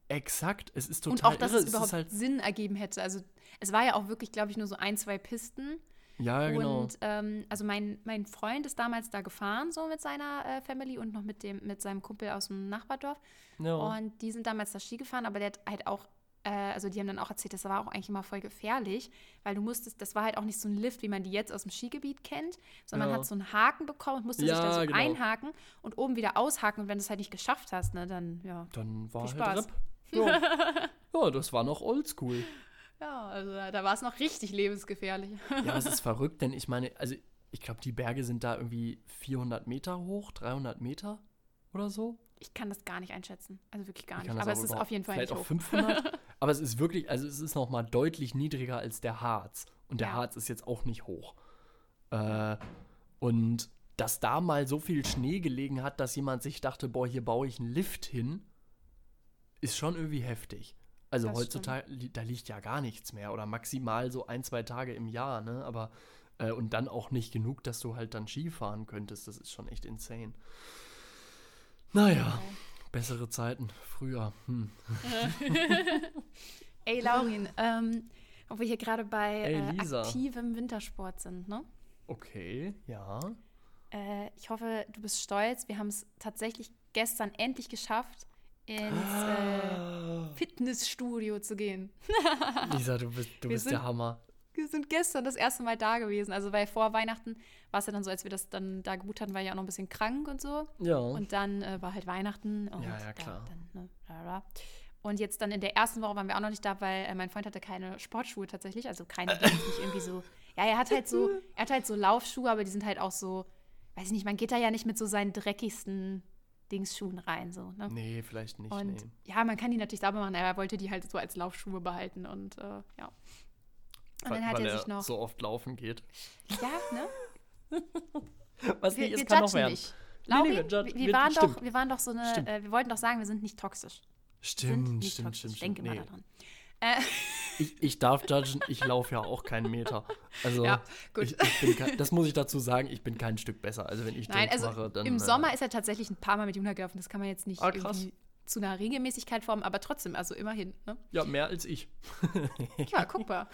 Exakt, es ist total Und auch, dass irre. es überhaupt ist halt, Sinn ergeben hätte. Also es war ja auch wirklich, glaube ich, nur so ein, zwei Pisten. ja, genau. Und ähm, also mein, mein Freund ist damals da gefahren, so mit seiner äh, Family und noch mit dem mit seinem Kumpel aus dem Nachbardorf. Ja. Und die sind damals da Ski gefahren, aber der hat halt auch, äh, also die haben dann auch erzählt, das war auch eigentlich immer voll gefährlich, weil du musstest, das war halt auch nicht so ein Lift, wie man die jetzt aus dem Skigebiet kennt, sondern Ja. man hat so einen Haken bekommen und musste Ja, sich da so genau. einhaken und oben wieder aushaken. Und wenn du es halt nicht geschafft hast, ne, dann, ja. Dann war Viel halt Spaß. Rap. Ja. ja, das war noch oldschool. Ja, also da, da war es noch richtig lebensgefährlich. Ja, aber es ist verrückt, denn ich meine, also ich glaube, die Berge sind da irgendwie vierhundert Meter hoch, dreihundert Meter oder so. Ich kann das gar nicht einschätzen. Also wirklich gar Ich nicht. kann das Aber es ist überhaupt- auf jeden Fall vielleicht nicht auch hoch. fünfhundert. Aber es ist wirklich, also es ist noch mal deutlich niedriger als der Harz. Und der Ja. Harz ist jetzt auch nicht hoch. Äh, und dass da mal so viel Schnee gelegen hat, dass jemand sich dachte, boah, hier baue ich einen Lift hin, ist schon irgendwie heftig. Also Das heutzutage, li- da liegt ja gar nichts mehr. Oder maximal so ein, zwei Tage im Jahr, ne? Aber, äh, und dann auch nicht genug, dass du halt dann Ski fahren könntest. Das ist schon echt insane. Naja, bessere Zeiten früher. Hm. Ey, Laurin, ähm, ob wir hier gerade bei Ey, äh, Lisa. aktivem Wintersport sind, ne? Okay, ja. Äh, ich hoffe, du bist stolz. Wir haben es tatsächlich gestern endlich geschafft, ins äh, Fitnessstudio zu gehen. Lisa, du bist, du Wir bist sind- der Hammer. Wir sind gestern das erste Mal da gewesen. Also, weil vor Weihnachten war es ja dann so, als wir das dann da gebucht hatten, war ich auch noch ein bisschen krank und so. Ja. Und dann äh, war halt Weihnachten. Und Ja, ja, klar. Da, dann, ne, bla, bla. Und jetzt dann in der ersten Woche waren wir auch noch nicht da, weil äh, mein Freund hatte keine Sportschuhe tatsächlich. Also keine, die nicht irgendwie so. Ja, er hat halt so, er hat halt so Laufschuhe, aber die sind halt auch so, weiß ich nicht, man geht da ja nicht mit so seinen dreckigsten Dingsschuhen rein. So, ne? Nee, vielleicht nicht. Und nee. ja, man kann die natürlich sauber machen, aber er wollte die halt so als Laufschuhe behalten. Und äh, ja. Und Weil, dann hat weil er sich noch. so oft laufen geht. Ja, ne? Was Wir, nicht ist, wir kann noch judgen werden. nicht. Nee, Lauri, nee, wir judgen- wir, wir, wir- waren stimmt. doch, wir waren doch so eine, Stimmt. äh, wir wollten doch sagen, wir sind nicht toxisch. Wir Stimmt, sind nicht stimmt, toxisch. stimmt, Ich denke stimmt. mal Nee. daran. Äh, Ich, ich darf judgen, ich laufe ja auch keinen Meter. Also, Ja, gut. Ich, ich bin kein, das muss ich dazu sagen, ich bin kein Stück besser. Also, wenn ich Nein, Drinks also mache, dann. im äh, Sommer ist er tatsächlich ein paar Mal mit Juna gelaufen. Das kann man jetzt nicht Ah, krass. irgendwie zu einer Regelmäßigkeit formen, aber trotzdem, also immerhin. Ne? Ja, mehr als ich. Ja, guck mal.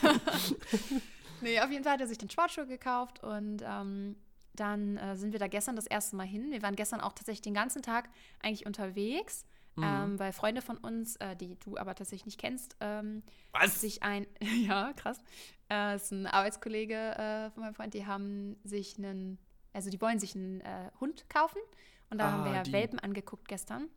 Nee, auf jeden Fall hat er sich dann Sportschuhe gekauft und ähm, dann äh, sind wir da gestern das erste Mal hin. Wir waren gestern auch tatsächlich den ganzen Tag eigentlich unterwegs, Mhm. ähm, weil Freunde von uns, äh, die du aber tatsächlich nicht kennst, ähm, Was? sich ein, ja, krass, äh, ist ein Arbeitskollege äh, von meinem Freund, die haben sich einen, also die wollen sich einen äh, Hund kaufen und da Ah, haben wir ja die. Welpen angeguckt gestern.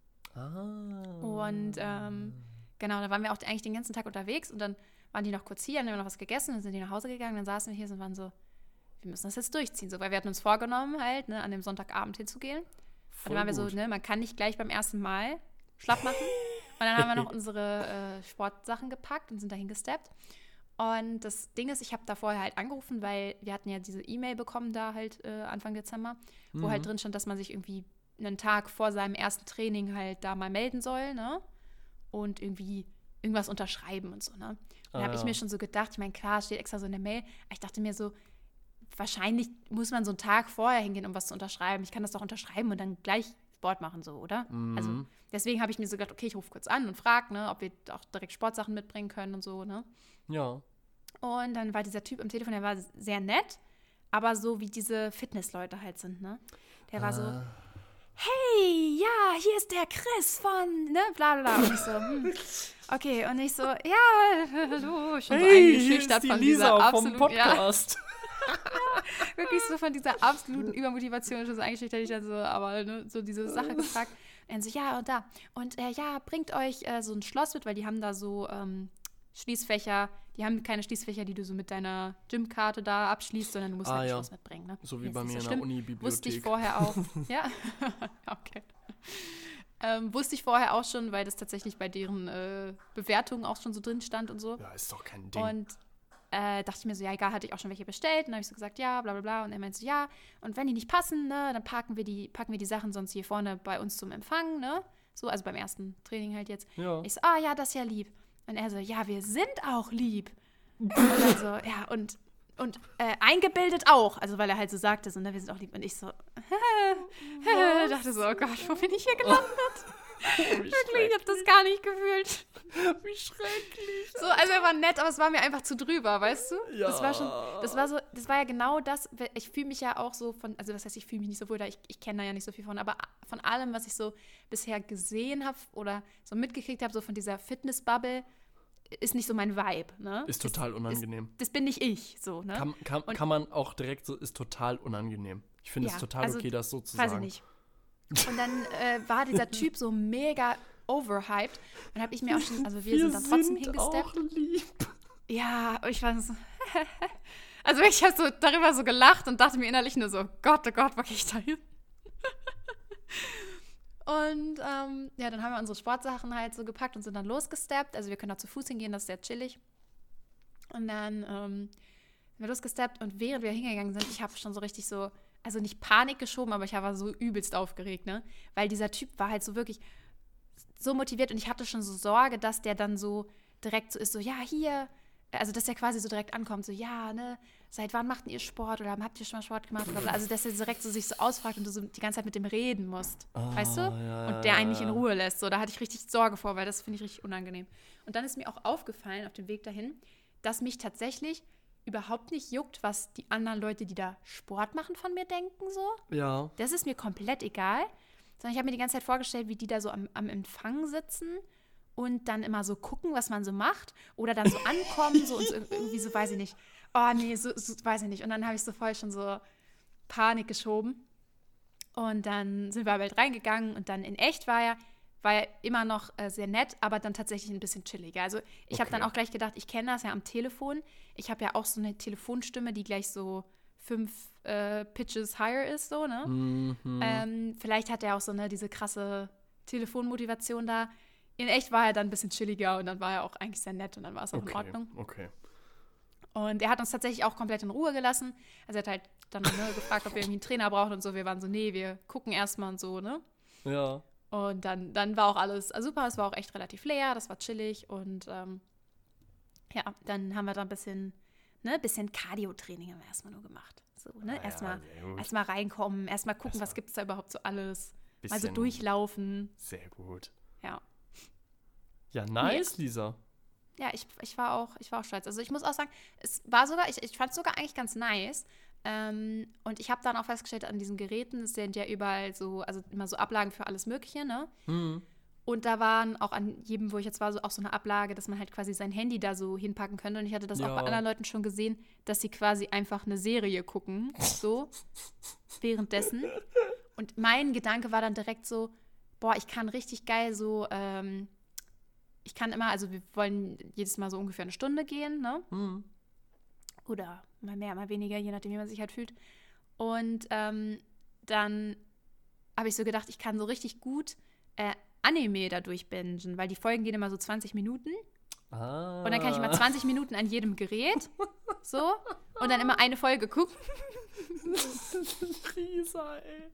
Ah. Und ähm, genau, da waren wir auch eigentlich den ganzen Tag unterwegs und dann waren die noch kurz hier, dann haben wir noch was gegessen, dann sind die nach Hause gegangen, dann saßen wir hier und waren so, wir müssen das jetzt durchziehen, so, weil wir hatten uns vorgenommen, halt, ne, an dem Sonntagabend hinzugehen. Und dann waren wir so, ne, man kann nicht gleich beim ersten Mal schlapp machen. Und dann haben wir noch unsere äh, Sportsachen gepackt und sind dahin gesteppt. Und das Ding ist, ich habe da vorher halt angerufen, weil wir hatten ja diese E-Mail bekommen da halt äh, Anfang Dezember, wo Mhm. halt drin stand, dass man sich irgendwie einen Tag vor seinem ersten Training halt da mal melden soll, ne? Und irgendwie irgendwas unterschreiben und so, ne? Und da Ah, habe ich ja. mir schon so gedacht, ich meine, klar, steht extra so in der Mail, aber ich dachte mir so, wahrscheinlich muss man so einen Tag vorher hingehen, um was zu unterschreiben. Ich kann das doch unterschreiben und dann gleich Sport machen, so, oder? Mhm. Also deswegen habe ich mir so gedacht, okay, ich rufe kurz an und frage, ne, ob wir auch direkt Sportsachen mitbringen können und so, ne? Ja. Und dann war dieser Typ am Telefon, der war sehr nett, aber so wie diese Fitnessleute halt sind, ne? Der war so, Ah. hey, ja, hier ist der Chris von, ne, bla bla bla. Und ich so, hm, okay, und ich so, ja, hallo, schon so eingeschüchtert von dieser absoluten, vom ja, Podcast. wirklich so von dieser absoluten Übermotivation schon so eingeschüchtert, ich dann so, aber ne, so diese Sache gefragt. Und dann so, ja, und da. Und äh, ja, bringt euch äh, so ein Schloss mit, weil die haben da so ähm, Schließfächer, die haben keine Schließfächer, die du so mit deiner Gymkarte da abschließt, sondern du musst Ah, halt ein ja. Schloss mitbringen. Ne? So wie Ist bei nicht mir so in der schlimm. Uni-Bibliothek. Wusste ich vorher auch. Ja, okay. Ähm, wusste ich vorher auch schon, weil das tatsächlich bei deren äh, Bewertungen auch schon so drin stand und so. Ja, ist doch kein Ding. Und äh, dachte ich mir so, ja, egal, hatte ich auch schon welche bestellt. Und dann habe ich so gesagt, ja, bla bla bla. Und er meinte so, ja, und wenn die nicht passen, ne, dann packen wir die, packen wir die Sachen sonst hier vorne bei uns zum Empfang, ne? So, also beim ersten Training halt jetzt. ja. Ich so, ah ja, das ist ja lieb. Und er so, ja, wir sind auch lieb. Und dann so, ja, und, und äh, eingebildet auch. Also, weil er halt so sagte, so, ne, wir sind auch lieb. Und ich so, dachte so, oh Gott, wo bin ich hier gelandet? Wirklich, ich habe das gar nicht gefühlt. Wie schrecklich. So, also er war nett, aber es war mir einfach zu drüber, weißt du? Ja. Das war schon, das war so, das war ja genau das, ich fühle mich ja auch so von, also was heißt, ich fühle mich nicht so wohl, da ich, ich kenne da ja nicht so viel von, aber von allem, was ich so bisher gesehen habe oder so mitgekriegt habe, so von dieser Fitness-Bubble, ist nicht so mein Vibe, ne? Ist total das, unangenehm. Ist, das bin nicht ich, so, ne? Kann, kann, kann man auch direkt so, ist total unangenehm. Ich finde ja, es total also, okay, das so zu weiß sagen. ich nicht. Und dann äh, war dieser Typ so mega overhyped. Dann habe ich mir auch schon, also wir, wir sind dann trotzdem sind hingesteppt. Auch lieb. Ja, ich fand so, also ich habe so darüber so gelacht und dachte mir innerlich nur so, Gott, oh Gott, wo gehe ich da hin? Und ähm, ja, dann haben wir unsere Sportsachen halt so gepackt und sind dann losgesteppt. Also wir können auch zu Fuß hingehen, das ist sehr chillig. Und dann ähm, sind wir losgesteppt und während wir hingegangen sind, ich habe schon so richtig so, also nicht Panik geschoben, aber ich war so übelst aufgeregt, ne? Weil dieser Typ war halt so wirklich so motiviert und ich hatte schon so Sorge, dass der dann so direkt so ist, so, ja, hier, also dass der quasi so direkt ankommt, so, ja, ne, seit wann macht ihr Sport oder habt ihr schon mal Sport gemacht? Oder, also dass er direkt so sich so ausfragt und du so die ganze Zeit mit dem reden musst, Ah, weißt du? ja, Und der einen nicht in ja. Ruhe lässt. So, da hatte ich richtig Sorge vor, weil das finde ich richtig unangenehm. Und dann ist mir auch aufgefallen auf dem Weg dahin, dass mich tatsächlich überhaupt nicht juckt, was die anderen Leute, die da Sport machen, von mir denken, so. Ja. Das ist mir komplett egal. Sondern ich habe mir die ganze Zeit vorgestellt, wie die da so am, am Empfang sitzen und dann immer so gucken, was man so macht. Oder dann so ankommen, so und so irgendwie so, weiß ich nicht. Oh, nee, so, so weiß ich nicht. Und dann habe ich so voll schon so Panik geschoben. Und dann sind wir aber halt reingegangen und dann in echt war er, war er immer noch äh, sehr nett, aber dann tatsächlich ein bisschen chilliger. Also ich Okay. habe dann auch gleich gedacht, ich kenne das ja am Telefon. Ich habe ja auch so eine Telefonstimme, die gleich so fünf äh, Pitches higher ist, so, ne? Mhm. Ähm, vielleicht hat er auch so eine, diese krasse Telefonmotivation da. In echt war er dann ein bisschen chilliger und dann war er auch eigentlich sehr nett und dann war es auch okay. in Ordnung. Okay. Und er hat uns tatsächlich auch komplett in Ruhe gelassen. Also er hat halt dann ne, gefragt, ob wir irgendwie einen Trainer brauchen und so. Wir waren so, nee, wir gucken erstmal und so, ne? Ja. Und dann, dann war auch alles also super, es war auch echt relativ leer, das war chillig und ähm, ja, dann haben wir da ein bisschen, ne, bisschen Cardio-Training haben wir erstmal nur gemacht. So, ne, Ah, erstmal ja, sehr gut. erstmal reinkommen, erstmal gucken, Erstmal was gibt es da überhaupt so alles. Mal so Bisschen- durchlaufen, Sehr gut. ja. Ja, nice, Lisa. Ja, ich, ich, war auch, ich war auch stolz. Also ich muss auch sagen, es war sogar, ich, ich fand es sogar eigentlich ganz nice. Ähm, und ich habe dann auch festgestellt, an diesen Geräten es sind ja überall so, also immer so Ablagen für alles Mögliche, ne? Mhm. Und da waren auch an jedem, wo ich jetzt war, so auch so eine Ablage, dass man halt quasi sein Handy da so hinpacken könnte. Und ich hatte das Ja. auch bei anderen Leuten schon gesehen, dass sie quasi einfach eine Serie gucken, so, währenddessen. Und mein Gedanke war dann direkt so, boah, ich kann richtig geil so, ähm, ich kann immer, also wir wollen jedes Mal so ungefähr eine Stunde gehen, ne? Mhm. Oder mal mehr, mal weniger, je nachdem, wie man sich halt fühlt. Und ähm, dann habe ich so gedacht, ich kann so richtig gut äh, Anime da durchbingen, weil die Folgen gehen immer so zwanzig Minuten. Ah. Und dann kann ich mal zwanzig Minuten an jedem Gerät, so, und dann immer eine Folge gucken. Lisa, ey.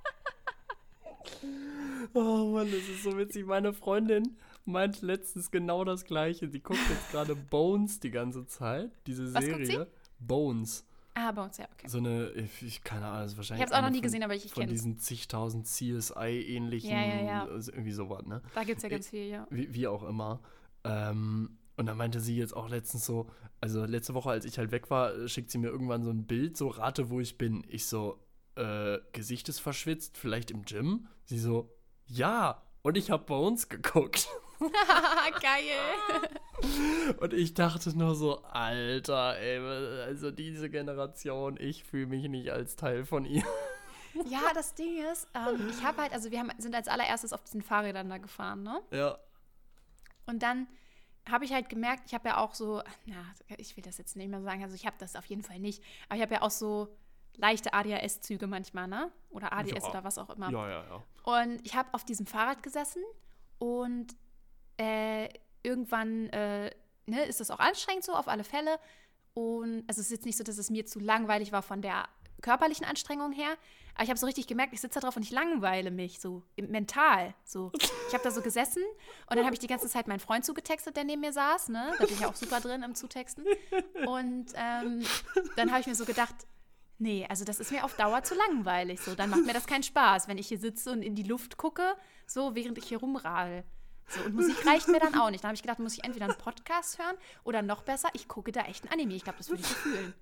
Oh Mann, das ist so witzig. Meine Freundin meint letztens genau das Gleiche. Die guckt jetzt gerade Bones die ganze Zeit, diese Was guckt Serie. Bones. Ah, bei uns, ja, okay. So eine, ich, ich keine Ahnung, das ist wahrscheinlich Ich habe es auch noch eine nie von, gesehen, aber ich, ich von kenne es. diesen zigtausend C S I-ähnlichen, Ja, ja, ja. also irgendwie sowas, ne? Da gibt es ja ganz viel, ja. Wie, wie auch immer. Ähm, und dann meinte sie jetzt auch letztens so, also letzte Woche, als ich halt weg war, schickt sie mir irgendwann so ein Bild, so rate, wo ich bin. Ich so, äh, Gesicht ist verschwitzt, vielleicht im Gym? Sie so, ja. Und ich habe Bones geguckt. Geil. Und ich dachte nur so, Alter, ey, also diese Generation, ich fühle mich nicht als Teil von ihr. Ja, das Ding ist, ähm, ich habe halt, also wir haben, sind als allererstes auf diesen Fahrrädern da gefahren, ne? Ja. Und dann habe ich halt gemerkt, ich habe ja auch so, na, ich will das jetzt nicht mehr sagen, also ich habe das auf jeden Fall nicht, aber ich habe ja auch so leichte A D H S-Züge manchmal, ne? Oder A D S Ja. oder was auch immer. Ja, ja, ja. Und ich habe auf diesem Fahrrad gesessen und äh, irgendwann äh, ne, ist das auch anstrengend so, auf alle Fälle. Und also es ist jetzt nicht so, dass es mir zu langweilig war von der körperlichen Anstrengung her, aber ich habe so richtig gemerkt, ich sitze da drauf und ich langweile mich so im- mental. So. Ich habe da so gesessen und dann habe ich die ganze Zeit meinen Freund zugetextet, der neben mir saß. Ne? Da bin ich ja auch super drin im Zutexten. Und ähm, dann habe ich mir so gedacht, Nee, also das ist mir auf Dauer zu langweilig. So, dann macht mir das keinen Spaß, wenn ich hier sitze und in die Luft gucke, so während ich hier rumrahl. So, und Musik reicht mir dann auch nicht. Dann habe ich gedacht, muss ich entweder einen Podcast hören oder noch besser, ich gucke da echt ein Anime. Ich glaube, das würde ich so fühlen.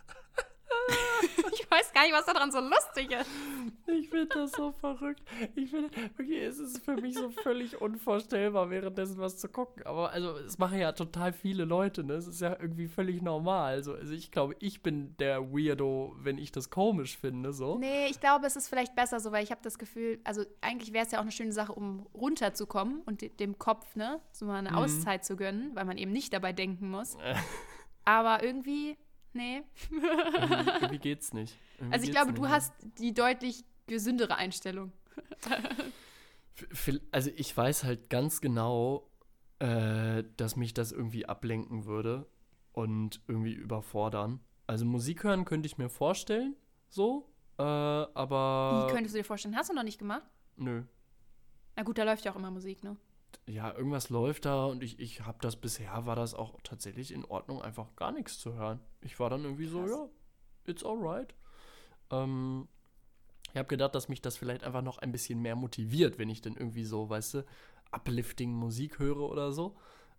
Ich weiß gar nicht, was daran so lustig ist. Ich finde das so verrückt. Ich finde, okay, es ist für mich so völlig unvorstellbar, währenddessen was zu gucken. Aber also, es machen ja total viele Leute, ne? Es ist ja irgendwie völlig normal. Also, also ich glaube, ich bin der Weirdo, wenn ich das komisch finde, so. Nee, ich glaube, es ist vielleicht besser so, weil ich habe das Gefühl, also eigentlich wäre es ja auch eine schöne Sache, um runterzukommen und de- dem Kopf, ne, so mal eine Mhm. Auszeit zu gönnen, weil man eben nicht dabei denken muss. Aber irgendwie, nee. Irgendwie, irgendwie geht's nicht. Irgendwie Also ich geht's glaube, nicht, du ne? hast die deutlich gesündere Einstellung. F- v- Also ich weiß halt ganz genau, äh, dass mich das irgendwie ablenken würde und irgendwie überfordern. Also Musik hören könnte ich mir vorstellen, so, äh, aber Wie könntest du dir vorstellen? Hast du noch nicht gemacht? nö. Na gut, da läuft ja auch immer Musik, ne? Ja, irgendwas läuft da und ich, ich habe das bisher, war das auch tatsächlich in Ordnung, einfach gar nichts zu hören. Ich war dann irgendwie so, Krass. ja, it's alright. Ähm, ich habe gedacht, dass mich das vielleicht einfach noch ein bisschen mehr motiviert, wenn ich dann irgendwie so, weißt du, uplifting Musik höre oder so.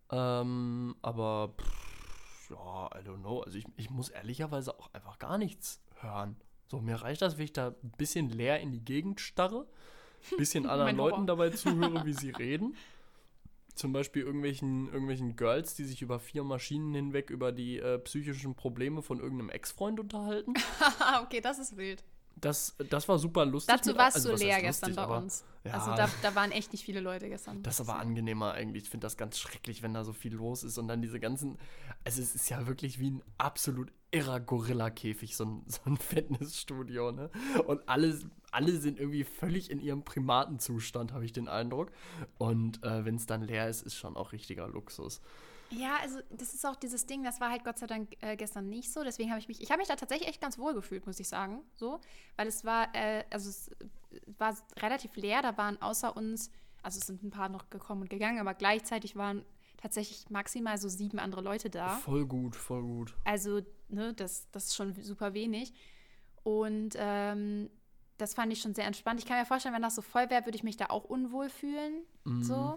Ähm, aber, pff, ja, I don't know. Also ich, ich muss ehrlicherweise auch einfach gar nichts hören. So, mir reicht das, wenn ich da ein bisschen leer in die Gegend starre, ein bisschen anderen Mein Horror. Leuten dabei zuhöre, wie sie reden. Zum Beispiel irgendwelchen, irgendwelchen Girls, die sich über vier Maschinen hinweg über die äh, psychischen Probleme von irgendeinem Ex-Freund unterhalten. Okay, das ist wild. Das, das war super lustig. Dazu mit- warst also, du was leer heißt gestern lustig, bei aber uns. ja. Also da, da waren echt nicht viele Leute gestern. Das ist aber angenehmer eigentlich. Ich finde das ganz schrecklich, wenn da so viel los ist und dann diese ganzen. Also, es ist ja wirklich wie ein absolut irrer Gorilla-Käfig, so ein, so ein Fitnessstudio, ne? Und alle, alle sind irgendwie völlig in ihrem Primatenzustand, habe ich den Eindruck. Und äh, wenn es dann leer ist, ist schon auch richtiger Luxus. Ja, also das ist auch dieses Ding, das war halt Gott sei Dank äh, gestern nicht so. Deswegen habe ich mich, ich habe mich da tatsächlich echt ganz wohl gefühlt, muss ich sagen. So, weil es war, äh, also es war relativ leer, da waren außer uns, also es sind ein paar noch gekommen und gegangen, aber gleichzeitig waren tatsächlich maximal so sieben andere Leute da. Voll gut, voll gut. Also, ne, das, das ist schon super wenig. Und ähm, das fand ich schon sehr entspannt. Ich kann mir vorstellen, wenn das so voll wäre, würde ich mich da auch unwohl fühlen. Mhm. So.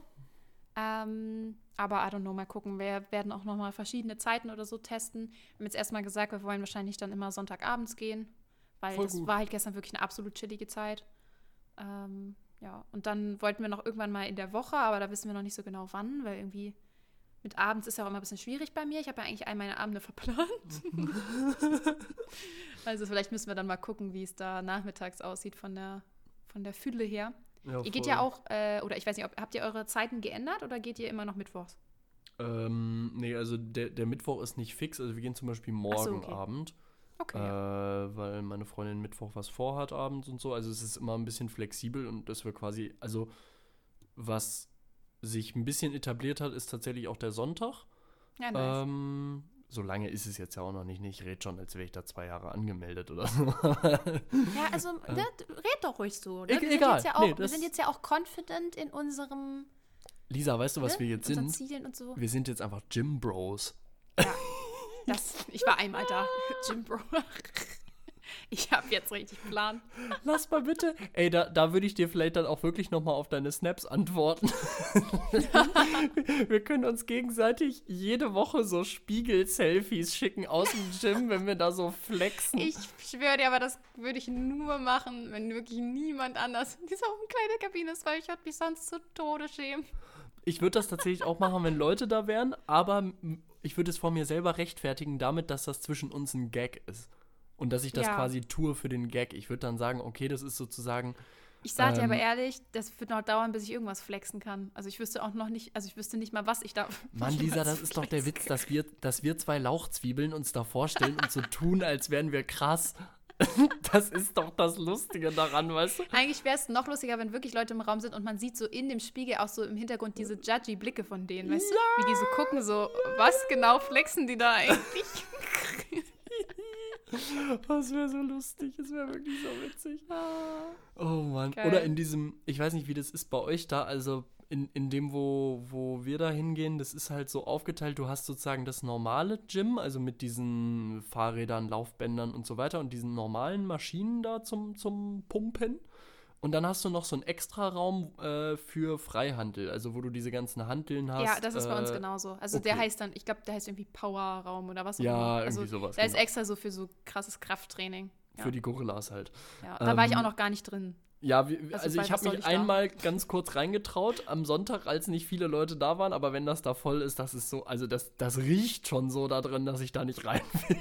Ähm, aber I don't know, mal gucken. Wir werden auch noch mal verschiedene Zeiten oder so testen. Wir haben jetzt erstmal gesagt, wir wollen wahrscheinlich dann immer Sonntagabends gehen, weil Voll das gut. war halt gestern wirklich eine absolut chillige Zeit. Ähm, ja, und dann wollten wir noch irgendwann mal in der Woche, aber da wissen wir noch nicht so genau wann, weil irgendwie mit abends ist ja auch immer ein bisschen schwierig bei mir. Ich habe ja eigentlich all meine Abende verplant. Also vielleicht müssen wir dann mal gucken, wie es da nachmittags aussieht von der, von der Fülle her. Ja, Ihr geht voll. ja auch, äh, oder ich weiß nicht, ob, habt ihr eure Zeiten geändert oder geht ihr immer noch mittwochs? Ähm, nee, also der, der Mittwoch ist nicht fix. Also wir gehen zum Beispiel morgen Ach so, okay. Abend. Okay. Äh, weil meine Freundin Mittwoch was vorhat abends und so. Also es ist immer ein bisschen flexibel und dass wir quasi, also was sich ein bisschen etabliert hat, ist tatsächlich auch der Sonntag. Ja, nice. Ähm, so lange ist es jetzt ja auch noch nicht. Ich rede schon, als wäre ich da zwei Jahre angemeldet oder so. Ja, also ne, red doch ruhig so. Ne? E- Wir, egal. sind jetzt ja auch, Nee, wir das- sind jetzt ja auch confident in unserem Lisa, weißt du, was ne? wir jetzt unseren sind? Zielen und so. Wir sind jetzt einfach Gym Bros. Ja, das, ich war einmal da. Jim Bro. Ich habe jetzt richtig Plan. Lass mal bitte. Ey, da, da würde ich dir vielleicht dann auch wirklich nochmal auf deine Snaps antworten. Wir können uns gegenseitig jede Woche so Spiegel-Selfies schicken aus dem Gym, wenn wir da so flexen. Ich schwöre dir, aber das würde ich nur machen, wenn wirklich niemand anders in dieser Umkleidekabine ist, weil ich würde mich sonst zu Tode schämen. Ich würde das tatsächlich auch machen, wenn Leute da wären, aber m- ich würde es vor mir selber rechtfertigen damit, dass das zwischen uns ein Gag ist. Und dass ich das Ja. quasi tue für den Gag. Ich würde dann sagen, okay, das ist sozusagen. Ich sage dir Ähm, aber ehrlich, das wird noch dauern, bis ich irgendwas flexen kann. Also ich wüsste auch noch nicht, also ich wüsste nicht mal, was ich da. Mann, Lisa, das ist doch der flexen Witz, dass wir, dass wir zwei Lauchzwiebeln uns da vorstellen und so tun, als wären wir krass. Das ist doch das Lustige daran, weißt du? Eigentlich wäre es noch lustiger, wenn wirklich Leute im Raum sind und man sieht so in dem Spiegel auch so im Hintergrund diese judgy Blicke von denen, weißt du? Wie die so gucken, so, was genau flexen die da eigentlich? Das wäre so lustig, das wäre wirklich so witzig. Oh Mann. Geil. Oder in diesem, ich weiß nicht, wie das ist bei euch da, also in, in dem, wo, wo wir da hingehen, das ist halt so aufgeteilt, du hast sozusagen das normale Gym, also mit diesen Fahrrädern, Laufbändern und so weiter und diesen normalen Maschinen da zum, zum Pumpen. Und dann hast du noch so einen Extra-Raum äh, für Freihandel, also wo du diese ganzen Hanteln hast. Ja, das ist äh, bei uns genauso. Also okay. der heißt dann, ich glaube, der heißt irgendwie Power-Raum oder was auch Ja, immer. irgendwie Also sowas, der ist genau. extra so für so krasses Krafttraining. Ja. Für die Gorillas halt. Ja, da war ich Ähm, auch noch gar nicht drin. Ja, wie, Also, also weil ich was habe soll mich ich da? einmal ganz kurz reingetraut am Sonntag, als nicht viele Leute da waren, aber wenn das da voll ist, das ist so, also das, das riecht schon so da drin, dass ich da nicht rein will.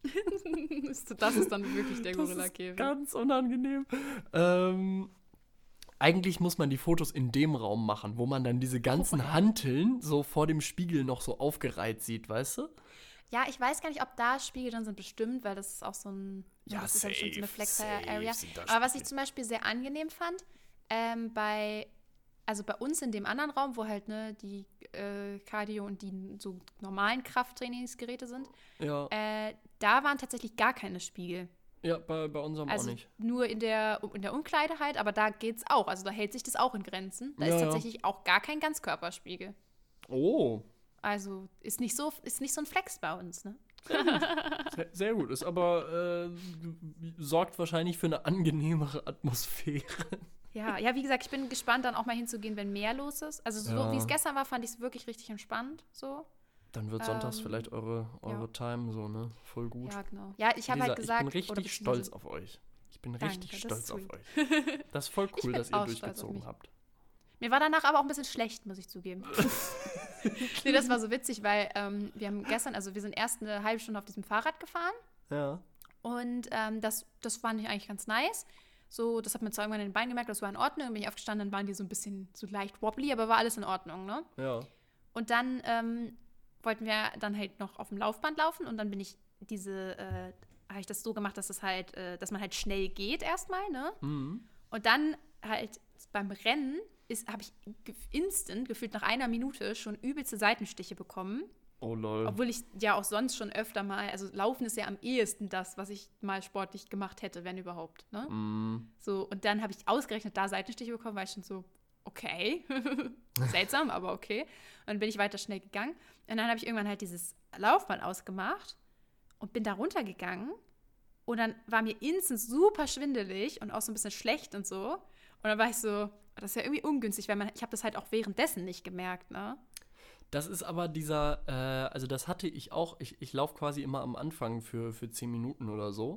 Das ist dann wirklich der Das ist Gorilla-Käfig. ganz unangenehm. Ähm, eigentlich muss man die Fotos in dem Raum machen, wo man dann diese ganzen Oh. Hanteln so vor dem Spiegel noch so aufgereiht sieht, weißt du? Ja, ich weiß gar nicht, ob da Spiegel drin sind, bestimmt, weil das ist auch so ein, Ja, das ist ja bestimmt so eine safe, Flex-Area. safe sind da Aber was ich Spiegel. zum Beispiel sehr angenehm fand, ähm, bei, also bei uns in dem anderen Raum, wo halt ne, die äh, Cardio und die so normalen Krafttrainingsgeräte sind, Ja, äh, da waren tatsächlich gar keine Spiegel. ja bei, bei unserem Also auch nicht. nur in der, in der Umkleide halt, aber da geht's auch. Also da hält sich das auch in Grenzen. Da Ja, ist ja. tatsächlich auch gar kein Ganzkörperspiegel. Oh, Also ist nicht so, ist nicht so ein Flex bei uns, ne? sehr, sehr gut. Ist aber, äh, sorgt wahrscheinlich für eine angenehmere Atmosphäre. Ja, ja, wie gesagt, ich bin gespannt, dann auch mal hinzugehen, wenn mehr los ist. Also so Ja. wie es gestern war, fand ich es wirklich richtig entspannt. So. Dann wird sonntags Ähm, vielleicht eure, eure ja. Time so, ne? Voll gut. Ja, genau. Ja, ich habe Lisa, halt gesagt, ich bin richtig oder stolz beziehungsweise- auf euch. Ich bin Danke, richtig das stolz ist auf sweet. euch. Das ist voll Ich cool, bin dass ihr auch stolz auf durchgezogen mich. habt. Mir war danach aber auch ein bisschen schlecht, muss ich zugeben. Nee, das war so witzig, weil ähm, wir haben gestern, also wir sind erst eine halbe Stunde auf diesem Fahrrad gefahren Ja. und ähm, das, das fand ich eigentlich ganz nice. So, das hat mir zwar irgendwann in den Beinen gemerkt, das war in Ordnung. Dann bin ich aufgestanden, dann waren die so ein bisschen so leicht wobbly, aber war alles in Ordnung, ne? Ja. Und dann ähm, wollten wir dann halt noch auf dem Laufband laufen und dann bin ich diese, äh, habe ich das so gemacht, dass es halt, äh, dass man halt schnell geht erstmal, ne? Mhm. Und dann halt beim Rennen habe ich ge- instant, gefühlt nach einer Minute, schon übelste Seitenstiche bekommen. Oh lol. Obwohl ich ja auch sonst schon öfter mal, also Laufen ist ja am ehesten das, was ich mal sportlich gemacht hätte, wenn überhaupt, ne? Mhm. So, und dann habe ich ausgerechnet da Seitenstiche bekommen, war ich schon so, okay, seltsam, aber okay. Und dann bin ich weiter schnell gegangen. Und dann habe ich irgendwann halt dieses Laufband ausgemacht und bin da runtergegangen. Und dann war mir instant super schwindelig und auch so ein bisschen schlecht und so. Und dann war ich so, das ist ja irgendwie ungünstig, weil man, ich habe das halt auch währenddessen nicht gemerkt, ne? Das ist aber dieser, äh, also das hatte ich auch, ich, ich laufe quasi immer am Anfang für, für zehn Minuten oder so.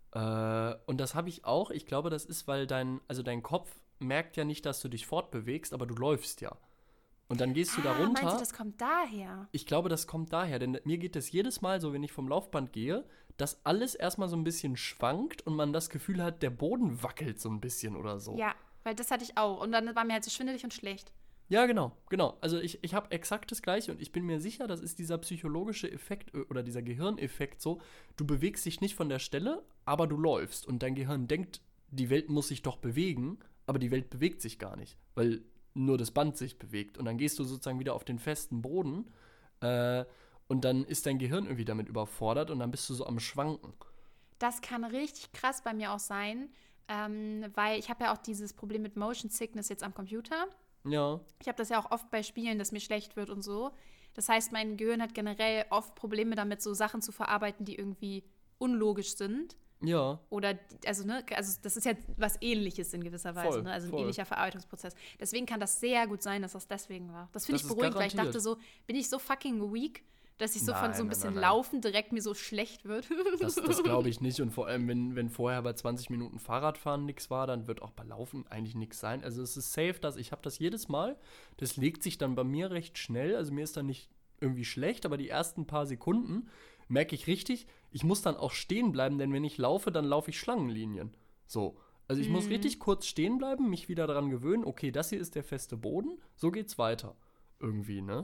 Äh, und das habe ich auch, ich glaube, das ist, weil dein, also dein Kopf merkt ja nicht, dass du dich fortbewegst, aber du läufst ja. Und dann gehst du da Ah, runter. meinst du, das kommt daher? Ich glaube, das kommt daher, denn mir geht es jedes Mal so, wenn ich vom Laufband gehe, dass alles erstmal so ein bisschen schwankt und man das Gefühl hat, der Boden wackelt so ein bisschen oder so. Ja, weil das hatte ich auch. Und dann war mir halt so schwindelig und schlecht. Ja, genau, genau. Also ich, ich habe exakt das Gleiche und ich bin mir sicher, das ist dieser psychologische Effekt äh, oder dieser Gehirneffekt so, du bewegst dich nicht von der Stelle, aber du läufst und dein Gehirn denkt, die Welt muss sich doch bewegen, aber die Welt bewegt sich gar nicht, weil nur das Band sich bewegt und dann gehst du sozusagen wieder auf den festen Boden äh, und dann ist dein Gehirn irgendwie damit überfordert und dann bist du so am Schwanken. Das kann richtig krass bei mir auch sein, ähm, weil ich habe ja auch dieses Problem mit Motion Sickness jetzt am Computer. Ja, Ich habe das ja auch oft bei Spielen, dass mir schlecht wird und so. Das heißt, mein Gehirn hat generell oft Probleme damit, so Sachen zu verarbeiten, die irgendwie unlogisch sind. ja, Oder, also, ne, also das ist ja was Ähnliches in gewisser Weise, Voll, ne? Also ein voll. ähnlicher Verarbeitungsprozess. Deswegen kann das sehr gut sein, dass das deswegen war. Das finde Das ich ist beruhigend, weil ich garantiert. dachte so, bin ich so fucking weak, dass ich so von Nein, so ein nein, bisschen nein, nein. Laufen direkt mir so schlecht wird. das, das glaube ich nicht und vor allem, wenn, wenn vorher bei zwanzig Minuten Fahrradfahren nichts war, dann wird auch bei Laufen eigentlich nichts sein. Also es ist safe, dass ich habe das jedes Mal, das legt sich dann bei mir recht schnell, also mir ist dann nicht irgendwie schlecht, aber die ersten paar Sekunden merke ich richtig, ich muss dann auch stehen bleiben, denn wenn ich laufe, dann laufe ich Schlangenlinien. So, also ich muss Mhm. richtig kurz stehen bleiben, mich wieder daran gewöhnen, okay, das hier ist der feste Boden, so geht's weiter. Irgendwie, ne?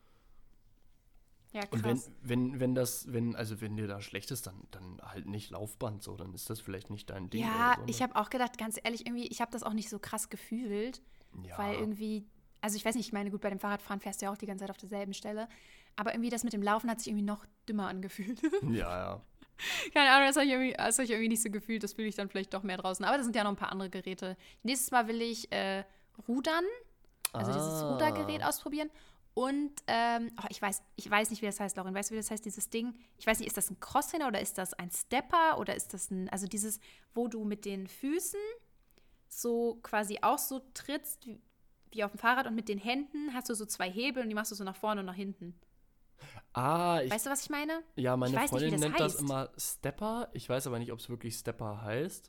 Ja, Und wenn, krass. wenn, wenn das, wenn, also wenn dir da schlecht ist, dann, dann halt nicht Laufband so, dann ist das vielleicht nicht dein Ding. Ja, oder so, ne? ich habe auch gedacht, ganz ehrlich, irgendwie, ich habe das auch nicht so krass gefühlt, ja. weil irgendwie, also ich weiß nicht, ich meine, gut, bei dem Fahrradfahren fährst du ja auch die ganze Zeit auf derselben Stelle, aber irgendwie das mit dem Laufen hat sich irgendwie noch dümmer angefühlt. Ja, ja. Keine Ahnung, das habe ich, irgendwie- das hab ich irgendwie nicht so gefühlt. Das fühle ich dann vielleicht doch mehr draußen. Aber da sind ja noch ein paar andere Geräte. Nächstes Mal will ich äh, rudern, also dieses Ah. Rudergerät ausprobieren. Und ähm, oh, ich weiß, ich weiß nicht, wie das heißt, Laurin. Weißt du, wie das heißt, dieses Ding? Ich weiß nicht, ist das ein Crosstrainer oder ist das ein Stepper oder ist das ein, also dieses, wo du mit den Füßen so quasi auch so trittst wie, wie auf dem Fahrrad und mit den Händen hast du so zwei Hebel und die machst du so nach vorne und nach hinten. Ah, ich, Weißt du, was ich meine? ja, meine ich weiß nicht, wie Freundin das nennt das heißt. immer Stepper. Ich weiß aber nicht, ob es wirklich Stepper heißt.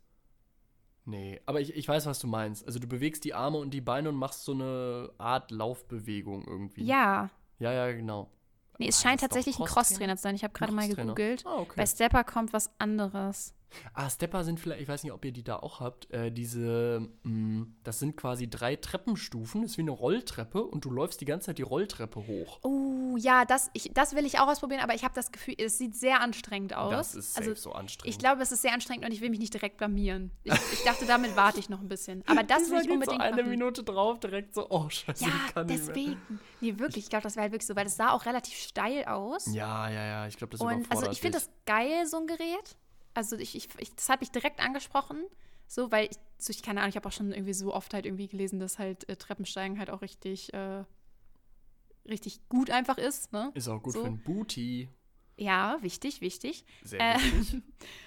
Nee, aber ich, ich weiß, was du meinst. Also du bewegst die Arme und die Beine und machst so eine Art Laufbewegung irgendwie. Ja. Ja, ja, genau. Nee, es Ah, scheint das ist doch tatsächlich ein Crosstrainer? Crosstrainer zu sein. Ich habe gerade Ein mal Crosstrainer. gegoogelt. Ah, okay. Bei Stepper kommt was anderes. Ah, Stepper sind vielleicht, ich weiß nicht, ob ihr die da auch habt, äh, diese, mh, das sind quasi drei Treppenstufen, das ist wie eine Rolltreppe und du läufst die ganze Zeit die Rolltreppe hoch. Oh, ja, das, ich, das will ich auch ausprobieren, aber ich habe das Gefühl, es sieht sehr anstrengend aus. Das ist safe also, so anstrengend. ich glaube, es ist sehr anstrengend und ich will mich nicht direkt blamieren. Ich, ich dachte, damit warte ich noch ein bisschen. Aber das will ich Dieser geht unbedingt so eine machen. Minute drauf, direkt so, oh, scheiße, Ja, ich kann nicht mehr. deswegen. Nee, wirklich, ich glaube, das wäre halt wirklich so, weil es sah auch relativ steil aus. Ja, ja, ja, ich glaube, das Und überfordert also ich finde dich. das geil, so ein Gerät. Also ich, ich, ich das hat mich direkt angesprochen. So, weil ich, so, ich keine Ahnung, ich habe auch schon irgendwie so oft halt irgendwie gelesen, dass halt äh, Treppensteigen halt auch richtig, äh, richtig gut einfach ist, ne? Ist auch gut so. für ein Booty. Ja, wichtig, wichtig. Sehr Äh, wichtig.